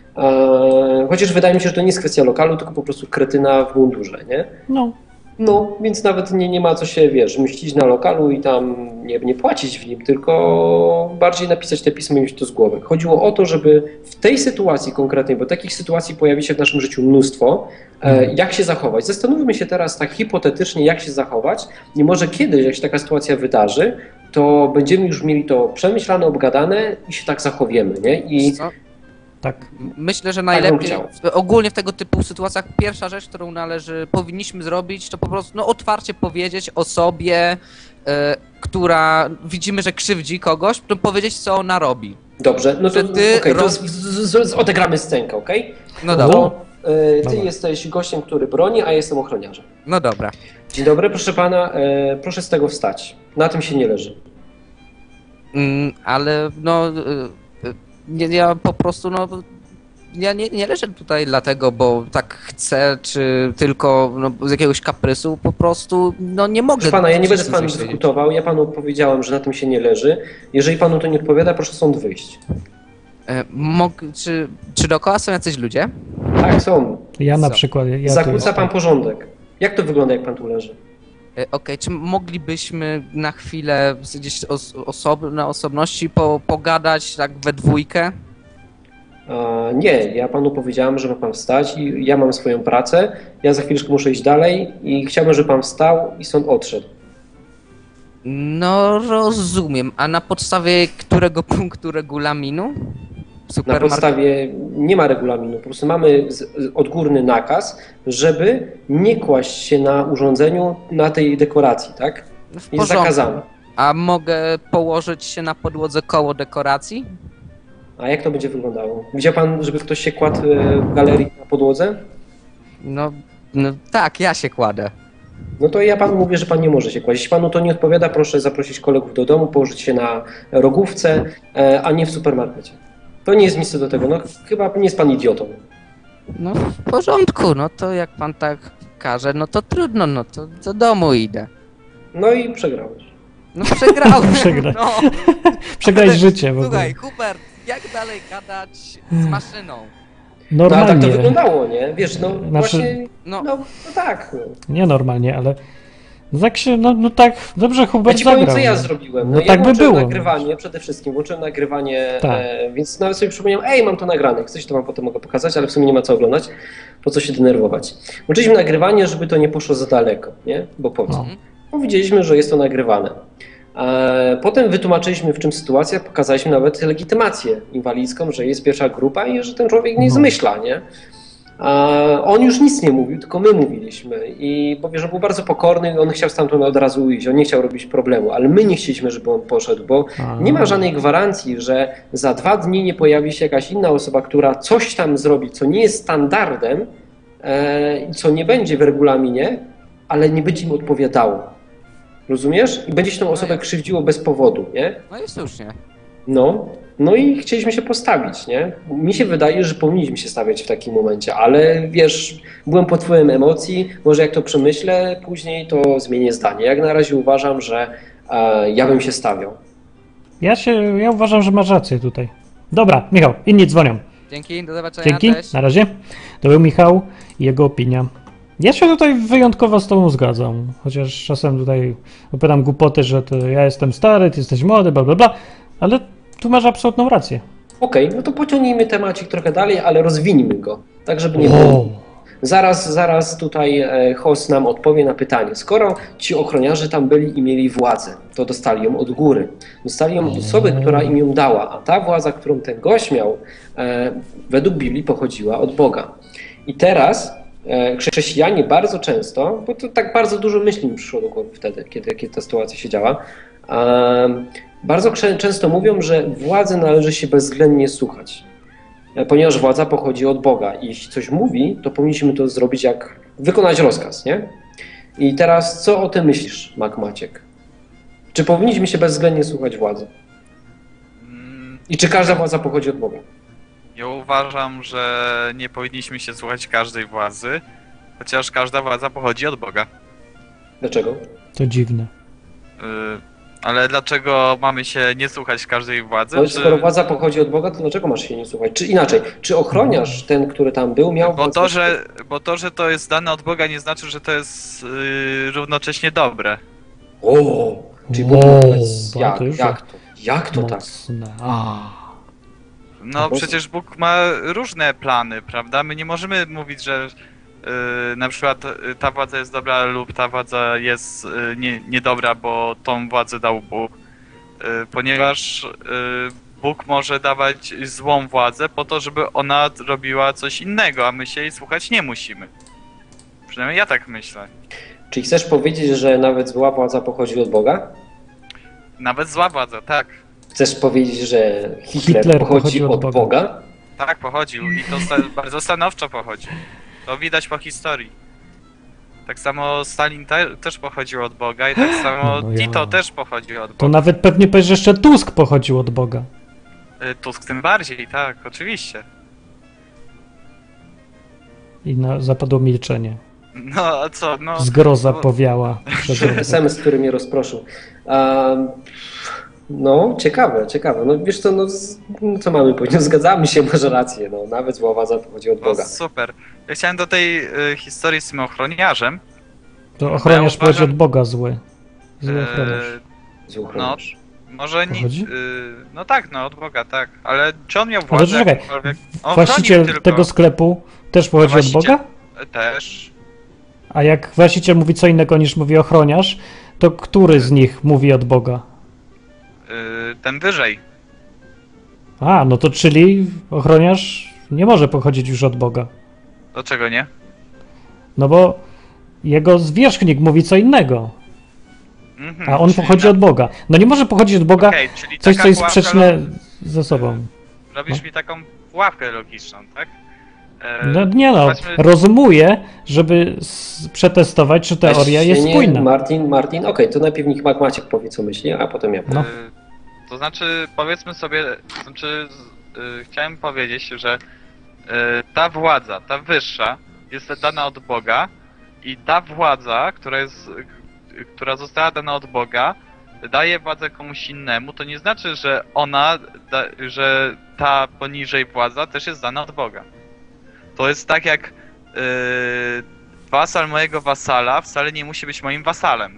[SPEAKER 2] E, chociaż wydaje mi się, że to nie jest kwestia lokalu, tylko po prostu kretyna w mundurze, nie?
[SPEAKER 1] No,
[SPEAKER 2] No, więc nawet nie, nie ma co się, wiesz, mścić na lokalu i tam nie, nie płacić w nim, tylko bardziej napisać te pismo i mieć to z głowy. Chodziło o to, żeby w tej sytuacji konkretnej, bo takich sytuacji pojawi się w naszym życiu mnóstwo, e, jak się zachować. Zastanówmy się teraz tak hipotetycznie, jak się zachować i może kiedyś, jak się taka sytuacja wydarzy, to będziemy już mieli to przemyślane, obgadane i się tak zachowiemy, nie? I
[SPEAKER 6] Co?
[SPEAKER 1] tak.
[SPEAKER 6] Myślę, że
[SPEAKER 2] bym
[SPEAKER 6] najlepiej,
[SPEAKER 2] chciał.
[SPEAKER 6] w- ogólnie w tego typu sytuacjach, pierwsza rzecz, którą należy, powinniśmy zrobić, to po prostu no, otwarcie powiedzieć osobie, e, która widzimy, że krzywdzi kogoś, to powiedzieć, co ona robi.
[SPEAKER 2] dobrze, no to,
[SPEAKER 6] Że ty
[SPEAKER 2] okej, to
[SPEAKER 6] rob-
[SPEAKER 2] z, z, z, odegramy scenkę, okej?
[SPEAKER 6] No
[SPEAKER 1] O.
[SPEAKER 6] dobra,
[SPEAKER 2] To e, ty
[SPEAKER 1] Dobra.
[SPEAKER 2] jesteś gościem, który broni, a ja jestem ochroniarzem.
[SPEAKER 6] no dobra.
[SPEAKER 2] Dzień dobry, proszę pana, e, proszę z tego wstać. Na tym się nie leży.
[SPEAKER 6] Mm, ale no, y, y, nie, ja po prostu, no, ja nie, nie leżę tutaj dlatego, bo tak chcę, czy tylko no, z jakiegoś kaprysu, po prostu, no nie mogę.
[SPEAKER 2] Proszę pana, ja nie będę z panem
[SPEAKER 6] siedzieć.
[SPEAKER 2] dyskutował, ja panu powiedziałem, że na tym się nie leży. Jeżeli panu to nie odpowiada, proszę stąd wyjść.
[SPEAKER 6] E, Mog, czy, czy dookoła są jacyś ludzie?
[SPEAKER 2] Tak, są.
[SPEAKER 1] Ja na
[SPEAKER 6] Co?
[SPEAKER 1] przykład. Ja tu
[SPEAKER 2] Zakłóca
[SPEAKER 1] jestem.
[SPEAKER 2] pan porządek. Jak to wygląda, jak pan tu leży?
[SPEAKER 6] E, Okej, czy moglibyśmy na chwilę gdzieś os, osob, na osobności po, pogadać tak we dwójkę?
[SPEAKER 2] A, nie, ja panu powiedziałem, że ma pan wstać i ja mam swoją pracę. Ja za chwileczkę muszę iść dalej i chciałbym, żeby pan wstał i stąd odszedł.
[SPEAKER 6] No rozumiem, a na podstawie którego punktu regulaminu?
[SPEAKER 2] Na
[SPEAKER 6] Supermarket.
[SPEAKER 2] podstawie nie ma regulaminu, po prostu mamy z, z- odgórny nakaz, żeby nie kłaść się na urządzeniu na tej dekoracji, tak?
[SPEAKER 6] W
[SPEAKER 2] Jest
[SPEAKER 6] porządku.
[SPEAKER 2] zakazane.
[SPEAKER 6] A mogę położyć się na podłodze koło dekoracji?
[SPEAKER 2] A jak to będzie wyglądało? Widział pan, żeby ktoś się kładł e, w galerii na podłodze?
[SPEAKER 6] No, no tak, ja się kładę.
[SPEAKER 2] No to ja panu mówię, że pan nie może się kłaść. Jeśli panu to nie odpowiada, proszę zaprosić kolegów do domu, położyć się na rogówce, e, a nie w supermarkecie. To nie jest miejsce do tego. No chyba nie jest pan idiotą.
[SPEAKER 6] No w porządku, no to jak pan tak każe, no to trudno, no to do domu idę.
[SPEAKER 2] No i przegrałeś.
[SPEAKER 6] No przegrałem.
[SPEAKER 1] Przegra-
[SPEAKER 6] No.
[SPEAKER 1] Przegrać
[SPEAKER 6] Ale
[SPEAKER 1] życie w ogóle.
[SPEAKER 6] Słuchaj, Hubert, jak dalej gadać z maszyną?
[SPEAKER 2] No a tak to
[SPEAKER 1] Normalnie.
[SPEAKER 2] wyglądało, nie? Wiesz, no
[SPEAKER 1] Znaczy-
[SPEAKER 2] właśnie,
[SPEAKER 6] No,
[SPEAKER 2] no, no tak. No.
[SPEAKER 1] Nie normalnie, ale tak się, no, no tak, dobrze
[SPEAKER 2] Ja
[SPEAKER 1] Hubert
[SPEAKER 2] ci powiem,
[SPEAKER 1] zagrał.
[SPEAKER 2] co ja
[SPEAKER 1] no.
[SPEAKER 2] zrobiłem.
[SPEAKER 1] No
[SPEAKER 2] No, ja
[SPEAKER 1] tak by
[SPEAKER 2] włączyłem
[SPEAKER 1] było.
[SPEAKER 2] nagrywanie przede wszystkim, włączyłem nagrywanie,
[SPEAKER 1] Tak.
[SPEAKER 2] e, więc nawet sobie przypomniałem, ej, mam to nagrane, jak coś to wam potem mogę pokazać, ale w sumie nie ma co oglądać, po co się denerwować. Włączyliśmy nagrywanie, żeby to nie poszło za daleko, nie? Bo po co?
[SPEAKER 1] No.
[SPEAKER 2] Bo widzieliśmy, że jest to nagrywane. E, potem wytłumaczyliśmy, w czym sytuacja, pokazaliśmy nawet legitymację inwalidzką, że jest pierwsza grupa i że ten człowiek nie
[SPEAKER 1] No.
[SPEAKER 2] zmyśla, nie? A on już nic nie mówił, tylko my mówiliśmy i powie, że był bardzo pokorny, on chciał stamtąd od razu iść, on nie chciał robić problemu, ale my nie chcieliśmy, żeby on poszedł, bo
[SPEAKER 1] A.
[SPEAKER 2] nie ma żadnej gwarancji, że za dwa dni nie pojawi się jakaś inna osoba, która coś tam zrobi, co nie jest standardem e, i co nie będzie w regulaminie, ale nie będzie im odpowiadało. Rozumiesz? I będzie się tą osobę krzywdziło bez powodu, nie?
[SPEAKER 6] no i słusznie.
[SPEAKER 2] No, no i chcieliśmy się postawić, nie? Mi się wydaje, że powinniśmy się stawiać w takim momencie, ale wiesz, byłem pod wpływem emocji, może jak to przemyślę później, to zmienię zdanie. Jak na razie uważam, że e, ja bym się stawiał.
[SPEAKER 1] Ja się, ja uważam, że masz rację tutaj. Dobra, Michał, inni dzwonią.
[SPEAKER 6] Dzięki, do zobaczenia,
[SPEAKER 1] Dzięki,
[SPEAKER 6] cześć.
[SPEAKER 1] na razie. To był Michał i jego opinia. Ja się tutaj wyjątkowo z tobą zgadzam, chociaż czasem tutaj opowiadam głupoty, że to ja jestem stary, ty jesteś młody, bla bla bla, ale tu masz absolutną rację.
[SPEAKER 2] Okej, no to pociągnijmy temacik trochę dalej, ale rozwinijmy go, tak żeby nie było.
[SPEAKER 1] O,
[SPEAKER 2] Zaraz, zaraz tutaj e, host nam odpowie na pytanie. Skoro ci ochroniarze tam byli i mieli władzę, to dostali ją od góry. Dostali ją od osoby, która im ją dała, a ta władza, którą ten gość miał, e, według Biblii pochodziła od Boga. I teraz e, chrześcijanie bardzo często, bo to tak bardzo dużo myśli mi przyszło do głowy wtedy, kiedy, kiedy ta sytuacja się działa, e, bardzo krze- często mówią, że władzy należy się bezwzględnie słuchać. Ponieważ władza pochodzi od Boga i jeśli coś mówi, to powinniśmy to zrobić jak wykonać rozkaz, nie? I teraz co o tym myślisz, Mac Maciek? Czy powinniśmy się bezwzględnie słuchać władzy?
[SPEAKER 7] Mm,
[SPEAKER 2] I czy każda władza pochodzi od Boga?
[SPEAKER 7] Ja uważam, że nie powinniśmy się słuchać każdej władzy, chociaż każda władza pochodzi od Boga.
[SPEAKER 2] Dlaczego?
[SPEAKER 1] to dziwne.
[SPEAKER 7] Yy, ale dlaczego mamy się nie słuchać każdej władzy?
[SPEAKER 2] No,
[SPEAKER 7] Czy-
[SPEAKER 2] skoro władza pochodzi od Boga, to dlaczego masz się nie słuchać? Czy inaczej, czy ochroniarz, ten, który tam był, miał
[SPEAKER 7] Bo
[SPEAKER 2] władzę?
[SPEAKER 7] to, że, bo to, że to jest dane od Boga, nie znaczy, że to jest yy, równocześnie dobre.
[SPEAKER 2] O, czyli
[SPEAKER 1] O,
[SPEAKER 2] Bóg wobec-
[SPEAKER 1] to
[SPEAKER 2] jak,
[SPEAKER 1] już
[SPEAKER 2] jak to? Jak to tak?
[SPEAKER 1] Mocne. A.
[SPEAKER 7] No
[SPEAKER 2] bo-
[SPEAKER 7] przecież Bóg ma różne plany, prawda? My nie możemy mówić, że yy, na przykład yy, ta władza jest dobra lub ta władza jest yy, nie, niedobra, bo tą władzę dał Bóg. Yy, ponieważ yy, Bóg może dawać złą władzę po to, żeby ona robiła coś innego, a my się jej słuchać nie musimy. Przynajmniej ja tak myślę.
[SPEAKER 2] Czyli chcesz powiedzieć, że nawet zła władza pochodzi od Boga?
[SPEAKER 7] Nawet zła władza, tak.
[SPEAKER 2] Chcesz powiedzieć, że Hitler,
[SPEAKER 1] Hitler
[SPEAKER 2] pochodzi,
[SPEAKER 1] pochodzi od
[SPEAKER 2] od
[SPEAKER 1] Boga.
[SPEAKER 2] Boga?
[SPEAKER 7] Tak, pochodził i to sta- bardzo stanowczo pochodził. To widać po historii. Tak samo Stalin te- też pochodził od Boga i tak samo
[SPEAKER 1] No ja.
[SPEAKER 7] Tito też pochodził od
[SPEAKER 1] To
[SPEAKER 7] Boga.
[SPEAKER 1] nawet pewnie powiesz, że jeszcze Tusk pochodził od Boga.
[SPEAKER 7] Y, Tusk tym bardziej, tak, oczywiście.
[SPEAKER 1] I na, zapadło milczenie.
[SPEAKER 7] No a co, no...
[SPEAKER 1] Zgroza
[SPEAKER 7] no-
[SPEAKER 1] powiała. przed drogą.
[SPEAKER 2] es em es, który mnie rozproszył. Um, no, ciekawe, ciekawe. No wiesz co, no, z, no, co mamy powiedzieć? No, zgadzamy się, masz rację. No, nawet zła władza pochodzi od
[SPEAKER 7] No
[SPEAKER 2] Boga.
[SPEAKER 7] super. Ja chciałem do tej y, historii z tym ochroniarzem.
[SPEAKER 1] To ochroniarz
[SPEAKER 7] Ja
[SPEAKER 1] pochodzi
[SPEAKER 7] uważam-
[SPEAKER 1] od Boga zły. Zły
[SPEAKER 7] y,
[SPEAKER 1] ochroniarz.
[SPEAKER 2] Zły
[SPEAKER 7] no,
[SPEAKER 2] ochroniarz.
[SPEAKER 7] może nie...
[SPEAKER 1] Pochodzi?
[SPEAKER 7] Y, no tak, no od Boga, tak. Ale czy on miał
[SPEAKER 1] Ale
[SPEAKER 7] władzę
[SPEAKER 1] czekaj,
[SPEAKER 7] jakąkolwiek? On
[SPEAKER 1] Właściciel
[SPEAKER 7] chronił tylko.
[SPEAKER 1] tego sklepu też pochodzi od
[SPEAKER 7] Właściciel-
[SPEAKER 1] Boga?
[SPEAKER 7] Też.
[SPEAKER 1] A jak właściciel mówi co innego niż mówi ochroniarz, to który z nich mówi od Boga?
[SPEAKER 7] Y, ten wyżej.
[SPEAKER 1] A, no to czyli ochroniarz nie może pochodzić już od Boga.
[SPEAKER 7] Dlaczego nie?
[SPEAKER 1] No bo jego zwierzchnik mówi co innego,
[SPEAKER 7] Mhm,
[SPEAKER 1] a on
[SPEAKER 7] czyli
[SPEAKER 1] pochodzi
[SPEAKER 7] na-
[SPEAKER 1] od Boga. No nie może pochodzić od Boga
[SPEAKER 7] Okej, czyli
[SPEAKER 1] coś,
[SPEAKER 7] taka
[SPEAKER 1] co jest
[SPEAKER 7] pułapka
[SPEAKER 1] sprzeczne
[SPEAKER 7] lo-
[SPEAKER 1] ze sobą.
[SPEAKER 7] Robisz
[SPEAKER 1] no.
[SPEAKER 7] mi taką pułapkę logiczną, tak? E,
[SPEAKER 1] No nie no,
[SPEAKER 7] zobaczmy-
[SPEAKER 1] rozumuję, żeby s- przetestować, czy teoria
[SPEAKER 2] Właśnie
[SPEAKER 1] jest
[SPEAKER 2] nie,
[SPEAKER 1] spójna.
[SPEAKER 2] Martin, Martin, okej, to najpierw niech Mac- Maciek powie, co myśli, a potem ja powiem.
[SPEAKER 1] No.
[SPEAKER 7] Y, To znaczy, powiedzmy sobie, to znaczy, z- y, chciałem powiedzieć, że y, ta władza, ta wyższa, jest dana od Boga i ta władza, która jest, y, która została dana od Boga, daje władzę komuś innemu, to nie znaczy, że ona, da, że ta poniżej władza też jest dana od Boga. To jest tak jak y, wasal mojego wasala wcale nie musi być moim wasalem.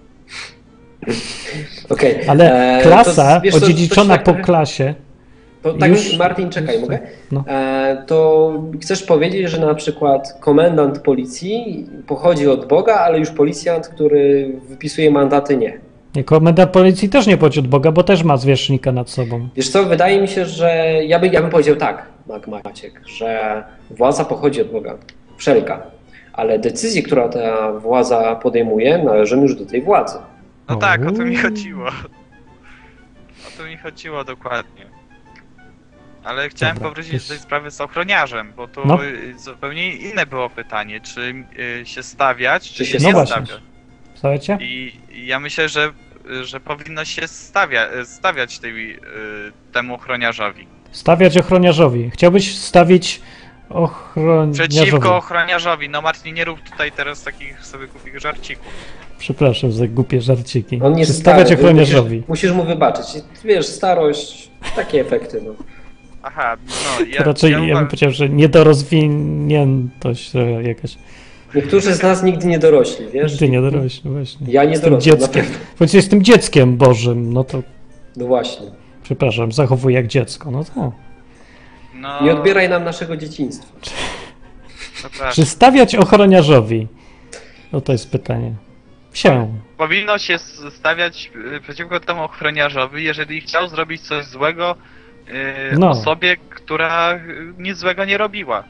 [SPEAKER 2] Okej.
[SPEAKER 1] Ale
[SPEAKER 2] e,
[SPEAKER 1] klasa
[SPEAKER 2] to, wiesz co, to
[SPEAKER 1] odziedziczona
[SPEAKER 2] się
[SPEAKER 1] po
[SPEAKER 2] tak-
[SPEAKER 1] klasie,
[SPEAKER 2] To tak,
[SPEAKER 1] Już-
[SPEAKER 2] Martin, czekaj, mogę?
[SPEAKER 1] No.
[SPEAKER 2] E, to chcesz powiedzieć, że na przykład komendant policji pochodzi od Boga, ale już policjant, który wypisuje mandaty, nie.
[SPEAKER 1] nie, komendant policji też nie pochodzi od Boga, bo też ma zwierzchnika nad sobą.
[SPEAKER 2] Wiesz co, wydaje mi się, że ja, by, ja bym powiedział tak, Mac Maciek, że władza pochodzi od Boga, wszelka, ale decyzje, która ta władza podejmuje, należą już do tej władzy.
[SPEAKER 7] No tak, o to mi
[SPEAKER 1] Uuu.
[SPEAKER 7] chodziło. O to mi chodziło dokładnie. Ale chciałem
[SPEAKER 1] Dobra,
[SPEAKER 7] powrócić
[SPEAKER 1] jest-
[SPEAKER 7] do tej sprawy z ochroniarzem, bo tu
[SPEAKER 1] No.
[SPEAKER 7] y, zupełnie inne było pytanie, czy y, się stawiać, czy,
[SPEAKER 2] Czy
[SPEAKER 7] się
[SPEAKER 2] się
[SPEAKER 7] nie
[SPEAKER 1] No
[SPEAKER 7] stawiać.
[SPEAKER 1] właśnie. Stawiacie?
[SPEAKER 7] I i ja myślę, że, że powinno się stawia, stawiać tej, y, temu ochroniarzowi.
[SPEAKER 1] Stawiać ochroniarzowi. Chciałbyś stawić ochroniarzowi.
[SPEAKER 7] Przeciwko ochroniarzowi. No Marcin, nie rób tutaj teraz takich sobie głupich żarcików.
[SPEAKER 1] Przepraszam za głupie żarciki.
[SPEAKER 2] On
[SPEAKER 1] Czy
[SPEAKER 2] jest
[SPEAKER 1] stawiać
[SPEAKER 2] stary,
[SPEAKER 1] ochroniarzowi?
[SPEAKER 2] Musisz, musisz mu wybaczyć. Wiesz, starość, takie efekty. No.
[SPEAKER 7] Aha, no ja,
[SPEAKER 1] To raczej
[SPEAKER 7] ja,
[SPEAKER 1] ja bym
[SPEAKER 7] uważam-
[SPEAKER 1] powiedział, że niedorozwiniętość e, jakaś.
[SPEAKER 2] Niektórzy z nas nigdy nie dorośli, wiesz?
[SPEAKER 1] Nigdy nie dorośli, właśnie.
[SPEAKER 2] Ja nie
[SPEAKER 1] Jestem
[SPEAKER 2] dorosłem, na
[SPEAKER 1] dzieckiem.
[SPEAKER 2] pewno.
[SPEAKER 1] Choć jestem dzieckiem Bożym, no to
[SPEAKER 2] No właśnie.
[SPEAKER 1] przepraszam, zachowuję jak dziecko. No to.
[SPEAKER 7] no,
[SPEAKER 2] Nie odbieraj nam naszego dzieciństwa.
[SPEAKER 7] przepraszam.
[SPEAKER 1] Czy stawiać ochroniarzowi? No to jest pytanie. Się.
[SPEAKER 7] Powinno się stawiać y, przeciwko temu ochroniarzowi, jeżeli chciał zrobić coś złego y,
[SPEAKER 1] No.
[SPEAKER 7] osobie, która y, nic złego nie robiła.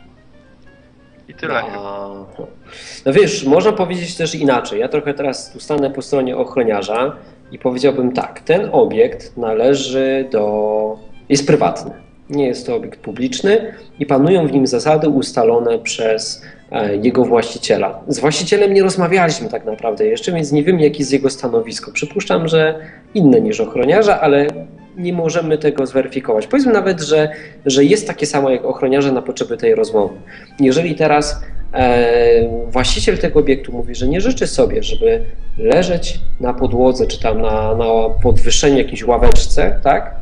[SPEAKER 7] I tyle.
[SPEAKER 2] No, no wiesz, można powiedzieć też inaczej. Ja trochę teraz tu stanę po stronie ochroniarza i powiedziałbym tak, ten obiekt należy do... jest prywatny. Nie jest to obiekt publiczny i panują w nim zasady ustalone przez e, jego właściciela. Z właścicielem nie rozmawialiśmy tak naprawdę jeszcze, więc nie wiem, jakie jest jego stanowisko. Przypuszczam, że inne niż ochroniarza, ale nie możemy tego zweryfikować. Powiedzmy nawet, że, że jest takie samo jak ochroniarze na potrzeby tej rozmowy. Jeżeli teraz e, właściciel tego obiektu mówi, że nie życzy sobie, żeby leżeć na podłodze, czy tam na, na podwyższeniu jakiejś ławeczce, tak?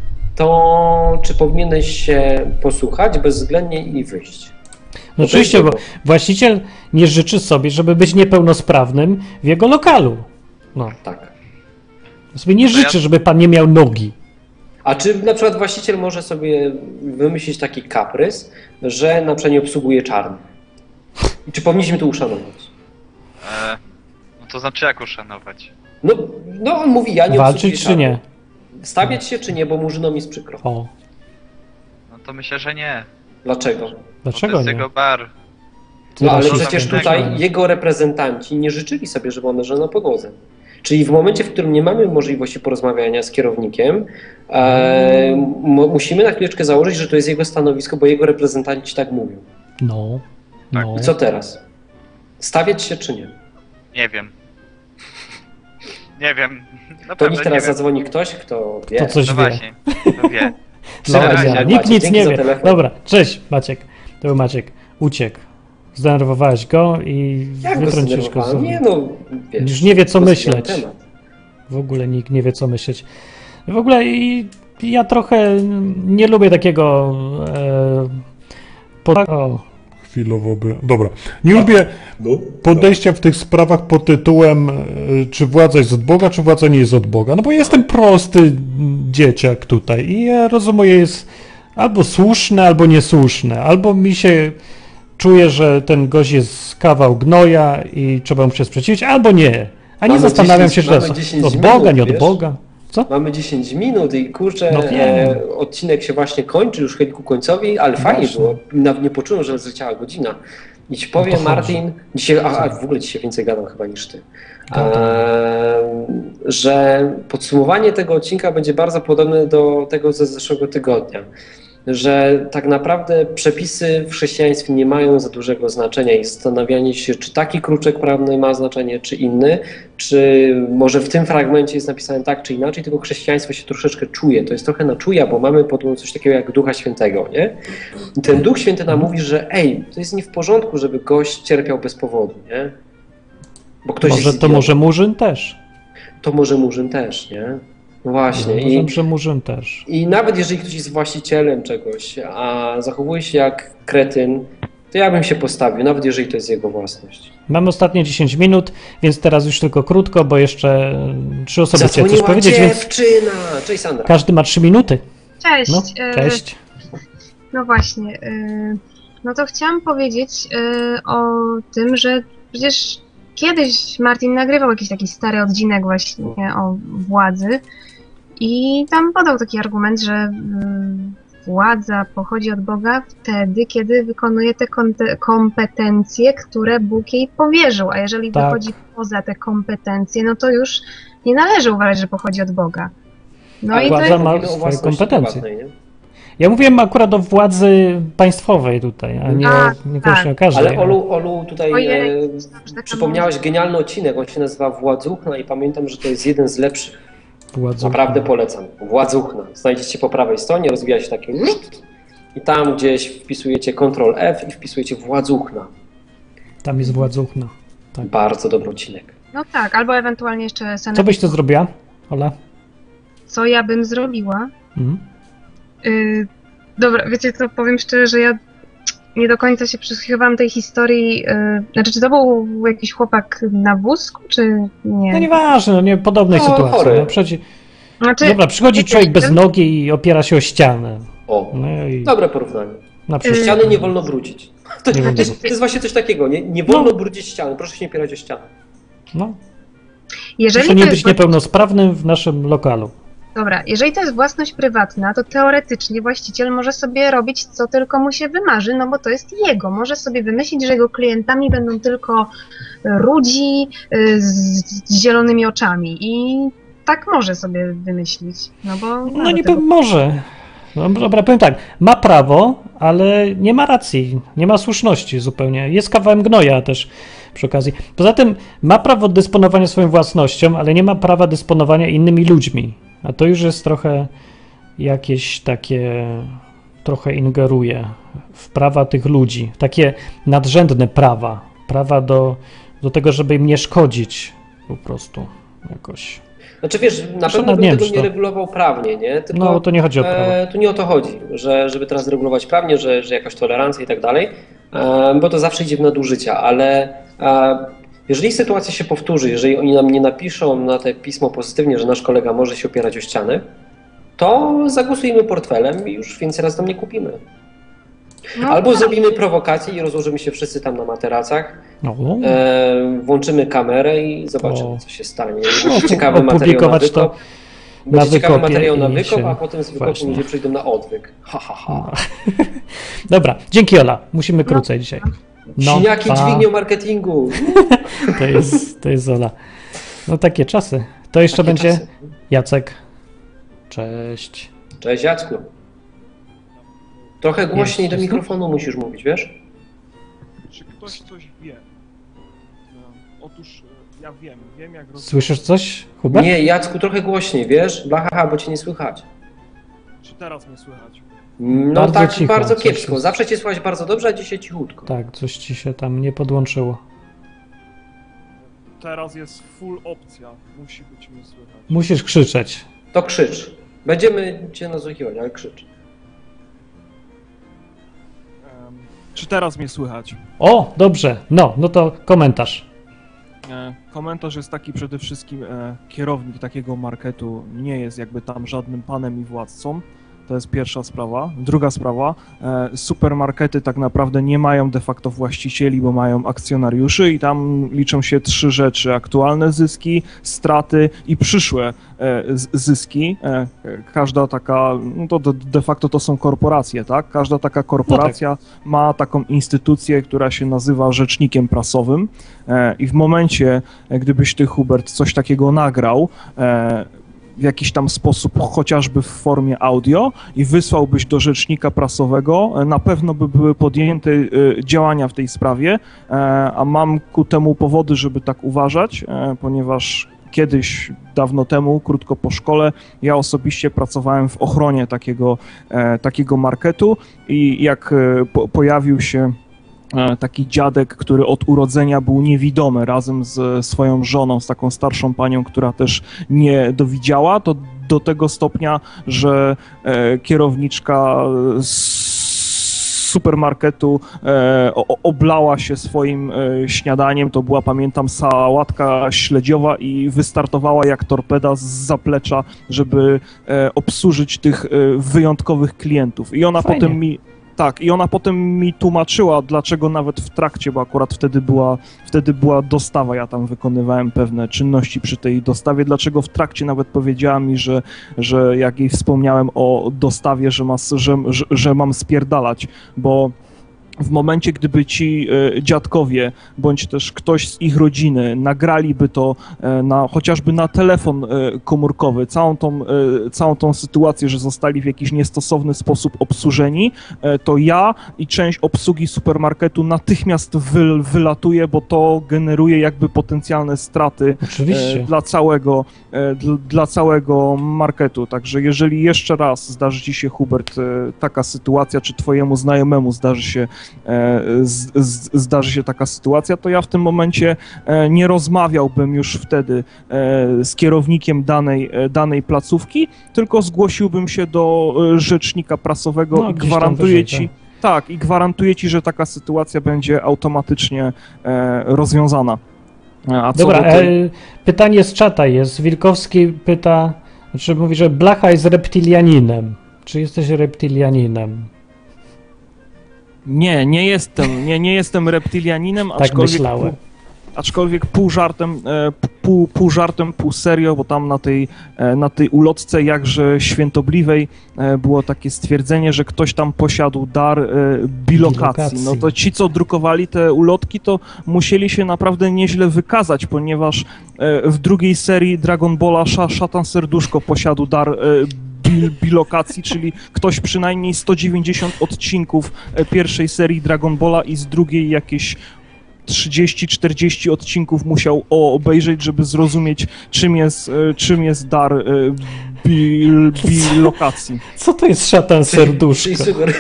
[SPEAKER 2] To czy powinieneś się posłuchać bezwzględnie i wyjść?
[SPEAKER 1] No oczywiście, bo właściciel nie życzy sobie, żeby być niepełnosprawnym w jego lokalu. No.
[SPEAKER 2] Tak.
[SPEAKER 1] Sobie nie
[SPEAKER 7] To ja-
[SPEAKER 1] życzy, żeby pan nie miał nogi.
[SPEAKER 2] A czy na przykład właściciel może sobie wymyślić taki kaprys, że na przykład nie obsługuje czarnych? I czy powinniśmy to uszanować?
[SPEAKER 7] E, no to znaczy jak uszanować?
[SPEAKER 2] No, no on mówi, ja nie obsługuję
[SPEAKER 1] Walczyć czy
[SPEAKER 2] czarnych.
[SPEAKER 1] nie?
[SPEAKER 2] Stawiać się czy nie, bo murzynom jest przykro.
[SPEAKER 1] O,
[SPEAKER 7] No to myślę, że nie.
[SPEAKER 2] Dlaczego?
[SPEAKER 7] Bo to
[SPEAKER 1] dlaczego
[SPEAKER 7] jest
[SPEAKER 1] nie?
[SPEAKER 7] jego bar.
[SPEAKER 2] No ale
[SPEAKER 1] Rasistą.
[SPEAKER 2] przecież
[SPEAKER 7] tak.
[SPEAKER 2] tutaj jego reprezentanci nie życzyli sobie, żeby on leżał na podłodze. Czyli w momencie, w którym nie mamy możliwości porozmawiania z kierownikiem, e, mu- musimy na chwileczkę założyć, że to jest jego stanowisko, bo jego reprezentanci tak mówią.
[SPEAKER 1] No. No.
[SPEAKER 2] I co teraz? Stawiać się czy nie?
[SPEAKER 7] Nie wiem. Nie wiem.
[SPEAKER 2] To
[SPEAKER 7] Naprawdę
[SPEAKER 2] niech teraz
[SPEAKER 7] nie wiem.
[SPEAKER 2] zadzwoni ktoś, kto wie.
[SPEAKER 1] To coś
[SPEAKER 7] No
[SPEAKER 1] wie.
[SPEAKER 7] właśnie, to wie.
[SPEAKER 1] No,
[SPEAKER 2] Trzymaj się,
[SPEAKER 1] ja,
[SPEAKER 2] Maciek,
[SPEAKER 1] nikt nic
[SPEAKER 2] dzięki
[SPEAKER 1] nie
[SPEAKER 2] za
[SPEAKER 1] wie.
[SPEAKER 2] telefon.
[SPEAKER 1] Dobra, cześć Maciek. To był Maciek. Uciekł. Zdenerwowałeś go i
[SPEAKER 2] Jak go
[SPEAKER 1] wytrąciłeś go z
[SPEAKER 2] zdenerwowałem? Nie no, wiesz.
[SPEAKER 1] Już nie wie co
[SPEAKER 2] to jest
[SPEAKER 1] myśleć.
[SPEAKER 2] temat.
[SPEAKER 1] W ogóle nikt nie wie co myśleć. W ogóle i ja trochę nie lubię takiego e, po, o,
[SPEAKER 8] Chwilowo by. Dobra. Nie lubię podejścia w tych sprawach pod tytułem, e, czy władza jest od Boga, czy władza nie jest od Boga. No bo jestem prosty dzieciak tutaj i ja rozumuję, jest albo słuszne, albo niesłuszne. Albo mi się czuje, że ten gość jest kawał gnoja i trzeba mu się sprzeciwić, albo nie. A nie
[SPEAKER 2] Mamy
[SPEAKER 1] zastanawiam
[SPEAKER 2] dziesięć
[SPEAKER 1] się, że
[SPEAKER 2] mamy
[SPEAKER 1] jest
[SPEAKER 2] dziesięć
[SPEAKER 1] od
[SPEAKER 2] minut,
[SPEAKER 1] Boga, nie od
[SPEAKER 2] wiesz?
[SPEAKER 1] Boga. Co?
[SPEAKER 2] Mamy dziesięć minut i kurczę,
[SPEAKER 1] No wiem.
[SPEAKER 2] e, odcinek się właśnie kończy, już chyli ku końcowi, ale fajnie
[SPEAKER 1] Właśnie.
[SPEAKER 2] było. Nawet nie poczułem, że zleciała godzina. I ci powiem,
[SPEAKER 1] No to
[SPEAKER 2] Martin, dzisiaj, a, a w ogóle dzisiaj więcej gadam chyba niż ty,
[SPEAKER 1] Gadam.
[SPEAKER 2] e, że podsumowanie tego odcinka będzie bardzo podobne do tego ze zeszłego tygodnia. że tak naprawdę przepisy w chrześcijaństwie nie mają za dużego znaczenia i zastanawianie się, czy taki kruczek prawny ma znaczenie, czy inny, czy może w tym fragmencie jest napisane tak, czy inaczej, tylko chrześcijaństwo się troszeczkę czuje. To jest trochę na czuja, bo mamy podobno coś takiego jak Ducha Świętego, nie? I ten Duch Święty nam mówi, że ej, to jest nie w porządku, żeby gość cierpiał bez powodu, nie? Bo ktoś
[SPEAKER 1] Może
[SPEAKER 2] jest
[SPEAKER 1] to
[SPEAKER 2] idiotą.
[SPEAKER 1] może Murzyn też.
[SPEAKER 2] To może Murzyn też, nie? No właśnie.
[SPEAKER 1] No,
[SPEAKER 2] I,
[SPEAKER 1] może Murzyn też.
[SPEAKER 2] I nawet jeżeli ktoś jest właścicielem czegoś, a zachowuje się jak kretyn, to ja bym się postawił, nawet jeżeli to jest jego własność.
[SPEAKER 1] Mamy ostatnie dziesięć minut, więc teraz już tylko krótko, bo jeszcze trzy osoby chciały coś
[SPEAKER 2] Zadzwoniła
[SPEAKER 1] powiedzieć, więc
[SPEAKER 2] dziewczyna! Cześć Sandra.
[SPEAKER 1] każdy ma trzy minuty.
[SPEAKER 9] Cześć.
[SPEAKER 1] No,
[SPEAKER 9] e,
[SPEAKER 1] cześć.
[SPEAKER 9] No właśnie. e, No to chciałam powiedzieć e, o tym, że przecież kiedyś Martin nagrywał jakiś taki stary odcinek właśnie o władzy i tam podał taki argument, że mm, władza pochodzi od Boga wtedy, kiedy wykonuje te konte- kompetencje, które Bóg jej powierzył, a jeżeli
[SPEAKER 1] Tak.
[SPEAKER 9] wychodzi poza te kompetencje, no to już nie należy uważać, że pochodzi od Boga. No
[SPEAKER 2] Ale
[SPEAKER 9] i to
[SPEAKER 1] władza
[SPEAKER 9] jest...
[SPEAKER 1] ma
[SPEAKER 2] mówimy o
[SPEAKER 1] swoje
[SPEAKER 2] własności
[SPEAKER 1] kompetencje.
[SPEAKER 2] prywatnej, nie?
[SPEAKER 1] Ja mówiłem akurat o władzy państwowej tutaj, a nie,
[SPEAKER 9] A,
[SPEAKER 1] o, niekoniecznie
[SPEAKER 9] tak.
[SPEAKER 1] o każdej.
[SPEAKER 2] Ale Olu, Olu tutaj
[SPEAKER 9] Ojej,
[SPEAKER 2] e,
[SPEAKER 9] myślałam, że taka
[SPEAKER 2] przypomniałeś genialny odcinek, on się nazywa Władzuchna i pamiętam, że to jest jeden z lepszych.
[SPEAKER 1] Władza-
[SPEAKER 2] Naprawdę polecam. Władzuchna. Znajdziecie po prawej stronie, rozwija się takie i tam gdzieś wpisujecie kontrol F i wpisujecie Władzuchna.
[SPEAKER 1] Tam jest władzuchna. Tak.
[SPEAKER 2] Bardzo dobry odcinek.
[SPEAKER 9] No tak, albo ewentualnie jeszcze
[SPEAKER 1] Co
[SPEAKER 9] Senat.
[SPEAKER 1] byś to zrobiła, Ola?
[SPEAKER 9] Co ja bym zrobiła?
[SPEAKER 1] Mhm.
[SPEAKER 9] Yy, dobra, wiecie co, powiem szczerze, że ja nie do końca się przysłuchiwałam tej historii. Yy, znaczy, czy to był jakiś chłopak na wózku, czy nie?
[SPEAKER 1] No nieważne, no nie podobnej
[SPEAKER 2] No,
[SPEAKER 1] sytuacji.
[SPEAKER 2] chory.
[SPEAKER 1] No, przecież,
[SPEAKER 9] Znaczy,
[SPEAKER 1] dobra, przychodzi
[SPEAKER 9] wiecie,
[SPEAKER 1] człowiek bez
[SPEAKER 9] ten-
[SPEAKER 1] nogi i opiera się o ścianę.
[SPEAKER 2] O,
[SPEAKER 1] No i
[SPEAKER 2] dobre porównanie.
[SPEAKER 1] na przykład.
[SPEAKER 2] Ściany nie wolno brudzić. To,
[SPEAKER 1] Nie wolno
[SPEAKER 2] to, jest, to jest właśnie coś takiego, nie, nie wolno brudzić ściany, proszę się nie opierać o ścianę.
[SPEAKER 1] No,
[SPEAKER 9] jeżeli
[SPEAKER 1] proszę nie
[SPEAKER 9] to
[SPEAKER 1] być
[SPEAKER 9] jest
[SPEAKER 1] niepełnosprawnym w naszym lokalu.
[SPEAKER 9] Dobra, jeżeli to jest własność prywatna, to teoretycznie właściciel może sobie robić co tylko mu się wymarzy, no bo to jest jego. Może sobie wymyślić, że jego klientami będą tylko rudzi y, z, z zielonymi oczami i tak może sobie wymyślić, no bo... ma
[SPEAKER 1] No
[SPEAKER 9] do
[SPEAKER 1] niby
[SPEAKER 9] tego-
[SPEAKER 1] może. No dobra, powiem tak, ma prawo, ale nie ma racji, nie ma słuszności zupełnie. Jest kawałem gnoja też przy okazji. Poza tym ma prawo dysponowania swoją własnością, ale nie ma prawa dysponowania innymi ludźmi. A to już jest trochę jakieś takie, trochę ingeruje w prawa tych ludzi. Takie nadrzędne prawa. Prawa do, do tego, żeby im nie szkodzić po prostu jakoś.
[SPEAKER 2] Znaczy wiesz, na
[SPEAKER 1] Zresztą
[SPEAKER 2] pewno
[SPEAKER 1] nawet
[SPEAKER 2] bym
[SPEAKER 1] nie
[SPEAKER 2] tego
[SPEAKER 1] wiem,
[SPEAKER 2] nie
[SPEAKER 1] czy to-
[SPEAKER 2] regulował prawnie, nie? Tylko,
[SPEAKER 1] No, to nie chodzi o prawo.
[SPEAKER 2] E, tu nie o to chodzi, że, żeby teraz regulować prawnie, że, że jakaś tolerancja i tak dalej, e, bo to zawsze idzie w nadużycia, ale e, jeżeli sytuacja się powtórzy, jeżeli oni nam nie napiszą na te pismo pozytywnie, że nasz kolega może się opierać o ścianę, to zagłosujemy portfelem i już więcej raz tam nie kupimy.
[SPEAKER 9] No,
[SPEAKER 2] Albo
[SPEAKER 9] tak.
[SPEAKER 2] zrobimy prowokację i rozłożymy się wszyscy tam na materacach,
[SPEAKER 1] No,
[SPEAKER 2] e, włączymy kamerę i zobaczymy,
[SPEAKER 1] O.
[SPEAKER 2] co się stanie. Będzie ciekawy materiał na
[SPEAKER 1] Opublikować to
[SPEAKER 2] wykop.
[SPEAKER 1] na
[SPEAKER 2] Będzie ciekawy
[SPEAKER 1] wykopie
[SPEAKER 2] materiał na
[SPEAKER 1] i
[SPEAKER 2] wykop,
[SPEAKER 1] się-
[SPEAKER 2] a potem z wykopu
[SPEAKER 1] właśnie.
[SPEAKER 2] ludzie przejdą na odwyk. Ha, ha, ha.
[SPEAKER 1] Dobra, dzięki Ola. Musimy krócej dzisiaj. No,
[SPEAKER 2] Siniaki
[SPEAKER 1] pa.
[SPEAKER 2] dźwignią marketingu.
[SPEAKER 1] To jest, to jest Ola. No takie czasy. To jeszcze
[SPEAKER 2] Takie
[SPEAKER 1] będzie
[SPEAKER 2] czasy.
[SPEAKER 1] Jacek. Cześć.
[SPEAKER 2] Cześć Jacku. Trochę głośniej do
[SPEAKER 1] Jest.
[SPEAKER 2] mikrofonu musisz mówić, wiesz?
[SPEAKER 10] Czy ktoś coś wie? No, otóż e, ja wiem, wiem jak roz...
[SPEAKER 1] Słyszysz coś, Hubert?
[SPEAKER 2] Nie, Jacku, trochę głośniej, wiesz? Blaha, bo cię nie słychać.
[SPEAKER 10] Czy teraz mnie słychać?
[SPEAKER 2] No
[SPEAKER 1] Bardzo
[SPEAKER 2] tak,
[SPEAKER 1] cicho,
[SPEAKER 2] bardzo
[SPEAKER 1] coś
[SPEAKER 2] kiepsko.
[SPEAKER 1] jest.
[SPEAKER 2] Zawsze cię słychać bardzo dobrze, a dzisiaj cichutko.
[SPEAKER 1] Tak, coś ci się tam nie podłączyło.
[SPEAKER 10] Teraz jest full opcja, musi być mnie słychać.
[SPEAKER 1] Musisz krzyczeć.
[SPEAKER 2] To krzycz. Będziemy cię nasłuchiwać, ale krzycz.
[SPEAKER 10] Em, czy teraz mnie słychać?
[SPEAKER 1] O, dobrze. No, no to komentarz.
[SPEAKER 10] E, komentarz jest taki przede wszystkim, e, kierownik takiego marketu nie jest jakby tam żadnym panem i władcą. To jest pierwsza sprawa. Druga sprawa, e, supermarkety tak naprawdę nie mają de facto właścicieli, bo mają akcjonariuszy i tam liczą się trzy rzeczy. Aktualne zyski, straty i przyszłe e, z- zyski. E, każda taka, no to de- de facto to są korporacje, tak? Każda taka korporacja ma taką instytucję, która się nazywa rzecznikiem prasowym e, i w momencie, e, gdybyś ty, Hubert, coś takiego nagrał, e, w jakiś tam sposób, chociażby w formie audio i wysłałbyś do rzecznika prasowego, na pewno by były podjęte działania w tej sprawie, a mam ku temu powody, żeby tak uważać, ponieważ kiedyś, dawno temu, krótko po szkole, ja osobiście pracowałem w ochronie takiego, takiego marketu i jak po, pojawił się taki dziadek, który od urodzenia był niewidomy, razem z swoją żoną, z taką starszą panią, która też nie dowidziała, to do tego stopnia, że kierowniczka z supermarketu e, oblała się swoim e, śniadaniem, to była, pamiętam, sałatka śledziowa i wystartowała jak torpeda z zaplecza, żeby e, obsłużyć tych e, wyjątkowych klientów. I ona
[SPEAKER 1] Fajnie.
[SPEAKER 10] potem mi Tak, i ona potem mi tłumaczyła, dlaczego nawet w trakcie, bo akurat wtedy była, wtedy była dostawa, ja tam wykonywałem pewne czynności przy tej dostawie, dlaczego w trakcie nawet powiedziała mi, że, że jak jej wspomniałem o dostawie, że, ma, że, że, że mam spierdalać, bo w momencie, gdyby ci e, dziadkowie, bądź też ktoś z ich rodziny nagraliby to e, na, chociażby na telefon e, komórkowy, całą tą, e, całą tą sytuację, że zostali w jakiś niestosowny sposób obsłużeni, e, to ja i część obsługi supermarketu natychmiast wy, wylatuje, bo to generuje jakby potencjalne straty
[SPEAKER 1] Oczywiście.
[SPEAKER 10] e, dla całego, e, dla, dla całego marketu. Także jeżeli jeszcze raz zdarzy ci się, Hubert, e, taka sytuacja, czy twojemu znajomemu zdarzy się Z, z, zdarzy się taka sytuacja, to ja w tym momencie e, nie rozmawiałbym już wtedy e, z kierownikiem danej, e, danej placówki, tylko zgłosiłbym się do e, rzecznika prasowego
[SPEAKER 1] No,
[SPEAKER 10] i
[SPEAKER 1] gdzieś tam
[SPEAKER 10] gwarantuję
[SPEAKER 1] wyżej,
[SPEAKER 10] ci,
[SPEAKER 1] tak.
[SPEAKER 10] tak, i gwarantuję ci, że taka sytuacja będzie automatycznie e, rozwiązana. E, A co
[SPEAKER 1] Dobra,
[SPEAKER 10] do tej...
[SPEAKER 1] e, pytanie z czata jest. Wilkowski pyta, znaczy mówi, że Blacha jest reptilianinem. Czy jesteś reptilianinem?
[SPEAKER 10] Nie, nie jestem, nie, nie jestem reptilianinem,
[SPEAKER 1] Tak
[SPEAKER 10] aczkolwiek,
[SPEAKER 1] myślałem.
[SPEAKER 10] aczkolwiek pół żartem, e, pół, pół żartem, pół serio, bo tam na tej, e, na tej ulotce jakże świętobliwej e, było takie stwierdzenie, że ktoś tam posiadł dar e, bilokacji.
[SPEAKER 1] Bilokacji.
[SPEAKER 10] No to ci, co drukowali te ulotki, to musieli się naprawdę nieźle wykazać, ponieważ e, w drugiej serii Dragon Balla Sz- Szatan Serduszko posiadł dar e, bil- bilokacji, czyli ktoś przynajmniej sto dziewięćdziesiąt odcinków e, pierwszej serii Dragon Balla i z drugiej jakieś trzydzieści czterdzieści odcinków musiał obejrzeć, żeby zrozumieć, czym jest, e, czym jest dar e, bil, bilokacji.
[SPEAKER 1] Co to jest szatan serduszko?
[SPEAKER 2] Czyli, suger...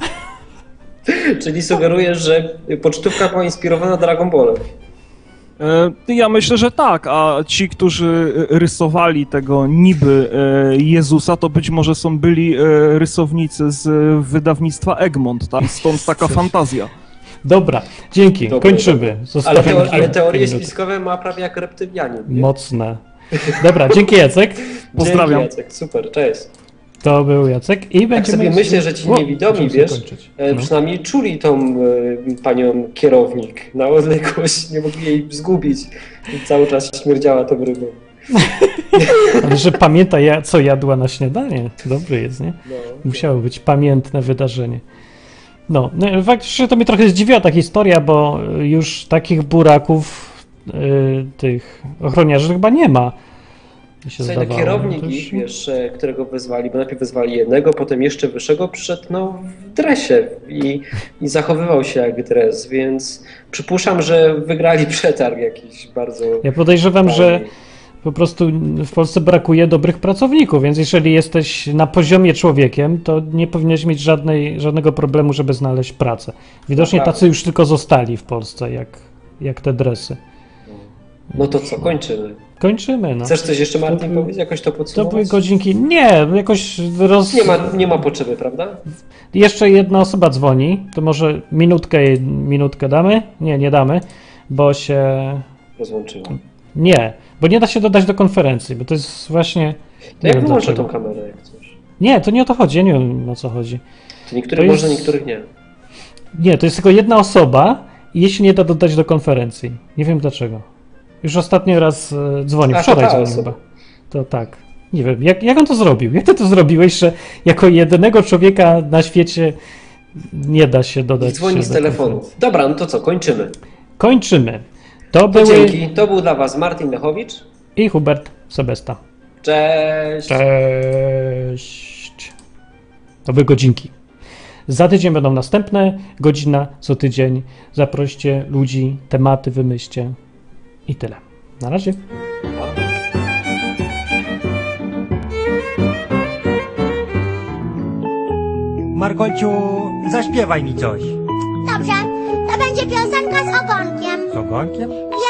[SPEAKER 2] Czyli sugerujesz, że pocztówka była inspirowana Dragon Ballem.
[SPEAKER 10] E, Ja myślę, że tak, a ci, którzy rysowali tego niby e, Jezusa, to być może są byli e, rysownicy z wydawnictwa Egmont, tak? Stąd taka fantazja.
[SPEAKER 1] Dobra, dzięki,
[SPEAKER 2] Dobra,
[SPEAKER 1] kończymy.
[SPEAKER 2] Ale,
[SPEAKER 1] Zostawiam
[SPEAKER 2] teor- ale
[SPEAKER 1] kilka
[SPEAKER 2] teorie
[SPEAKER 1] minut.
[SPEAKER 2] spiskowe ma prawie jak reptylianin. nie?
[SPEAKER 1] Mocne. Dobra, dzięki Jacek.
[SPEAKER 10] Pozdrawiam.
[SPEAKER 2] Dzięki, Jacek, super, cześć.
[SPEAKER 1] To był Jacek i
[SPEAKER 2] Tak
[SPEAKER 1] będziemy...
[SPEAKER 2] sobie myślę, że ci
[SPEAKER 1] O,
[SPEAKER 2] niewidomi,
[SPEAKER 1] musimy
[SPEAKER 2] wiesz,
[SPEAKER 1] kończyć.
[SPEAKER 2] e,
[SPEAKER 1] No.
[SPEAKER 2] przynajmniej czuli tą e, panią kierownik na odległość, nie mogli jej zgubić. I cały czas śmierdziała tą rybą.
[SPEAKER 1] Ale że pamięta, ja, co jadła na śniadanie. Dobry jest, nie?
[SPEAKER 2] No,
[SPEAKER 1] Musiało być pamiętne wydarzenie. No, no faktycznie to mnie trochę zdziwiła ta historia, bo już takich buraków, y, tych ochroniarzy chyba nie ma. Mi się
[SPEAKER 2] Słuchaj, no
[SPEAKER 1] zdawało.
[SPEAKER 2] kierownik
[SPEAKER 1] To już-
[SPEAKER 2] ich, wiesz, e, którego wezwali, bo najpierw wezwali jednego, potem jeszcze wyższego, przyszedł no, w dresie i, i zachowywał się jak dres, więc przypuszczam, że wygrali przetarg jakiś bardzo...
[SPEAKER 1] Ja podejrzewam,
[SPEAKER 2] fajny.
[SPEAKER 1] że po prostu w Polsce brakuje dobrych pracowników, więc jeżeli jesteś na poziomie człowiekiem, to nie powinieneś mieć żadnej, żadnego problemu, żeby znaleźć pracę. Widocznie
[SPEAKER 2] Naprawdę.
[SPEAKER 1] tacy już tylko zostali w Polsce, jak, jak te dresy.
[SPEAKER 2] No to co, kończymy.
[SPEAKER 1] Kończymy, no.
[SPEAKER 2] Chcesz coś jeszcze, Martin,
[SPEAKER 1] To-
[SPEAKER 2] powiedzieć? Jakoś to
[SPEAKER 1] To były
[SPEAKER 2] podsumować?
[SPEAKER 1] godzinki. Nie, jakoś roz...
[SPEAKER 2] Nie ma, nie ma potrzeby, prawda?
[SPEAKER 1] Jeszcze jedna osoba dzwoni, to może minutkę, minutkę damy? Nie, nie damy, bo się...
[SPEAKER 2] Rozłączyła.
[SPEAKER 1] Nie, bo nie da się dodać do konferencji, bo to jest właśnie...
[SPEAKER 2] To
[SPEAKER 1] Nie
[SPEAKER 2] jak
[SPEAKER 1] wiem
[SPEAKER 2] wyłączę
[SPEAKER 1] dlaczego.
[SPEAKER 2] tą kamerę, jak coś.
[SPEAKER 1] Nie, to nie o to chodzi, ja nie wiem o co chodzi.
[SPEAKER 2] To niektórych
[SPEAKER 1] To jest-
[SPEAKER 2] można, niektórych nie.
[SPEAKER 1] Nie, to jest tylko jedna osoba i jej się nie da dodać do konferencji. Nie wiem dlaczego. Już ostatni raz e, dzwonił,
[SPEAKER 2] A, to
[SPEAKER 1] wczoraj
[SPEAKER 2] ta
[SPEAKER 1] dzwonił
[SPEAKER 2] osoba.
[SPEAKER 1] chyba. To tak. Nie wiem, jak, jak on to zrobił? Jak ty to zrobiłeś, że jako jedynego człowieka na świecie nie da się dodać
[SPEAKER 2] I dzwoni
[SPEAKER 1] się
[SPEAKER 2] z
[SPEAKER 1] do
[SPEAKER 2] telefonu.
[SPEAKER 1] konferencji?
[SPEAKER 2] Dobra, no to co, kończymy.
[SPEAKER 1] Kończymy. To
[SPEAKER 2] To
[SPEAKER 1] były
[SPEAKER 2] dzięki. To był dla was Martin Lechowicz.
[SPEAKER 1] i Hubert Sebesta.
[SPEAKER 2] Cześć!
[SPEAKER 1] Cześć. Nowe godzinki. Za tydzień będą następne, godzina co tydzień. Zaproście ludzi, tematy wymyślcie i tyle. Na razie.
[SPEAKER 11] Markolciu, zaśpiewaj mi coś.
[SPEAKER 12] Dobrze, to będzie piosenka z ogonkiem.
[SPEAKER 11] Z ogonkiem?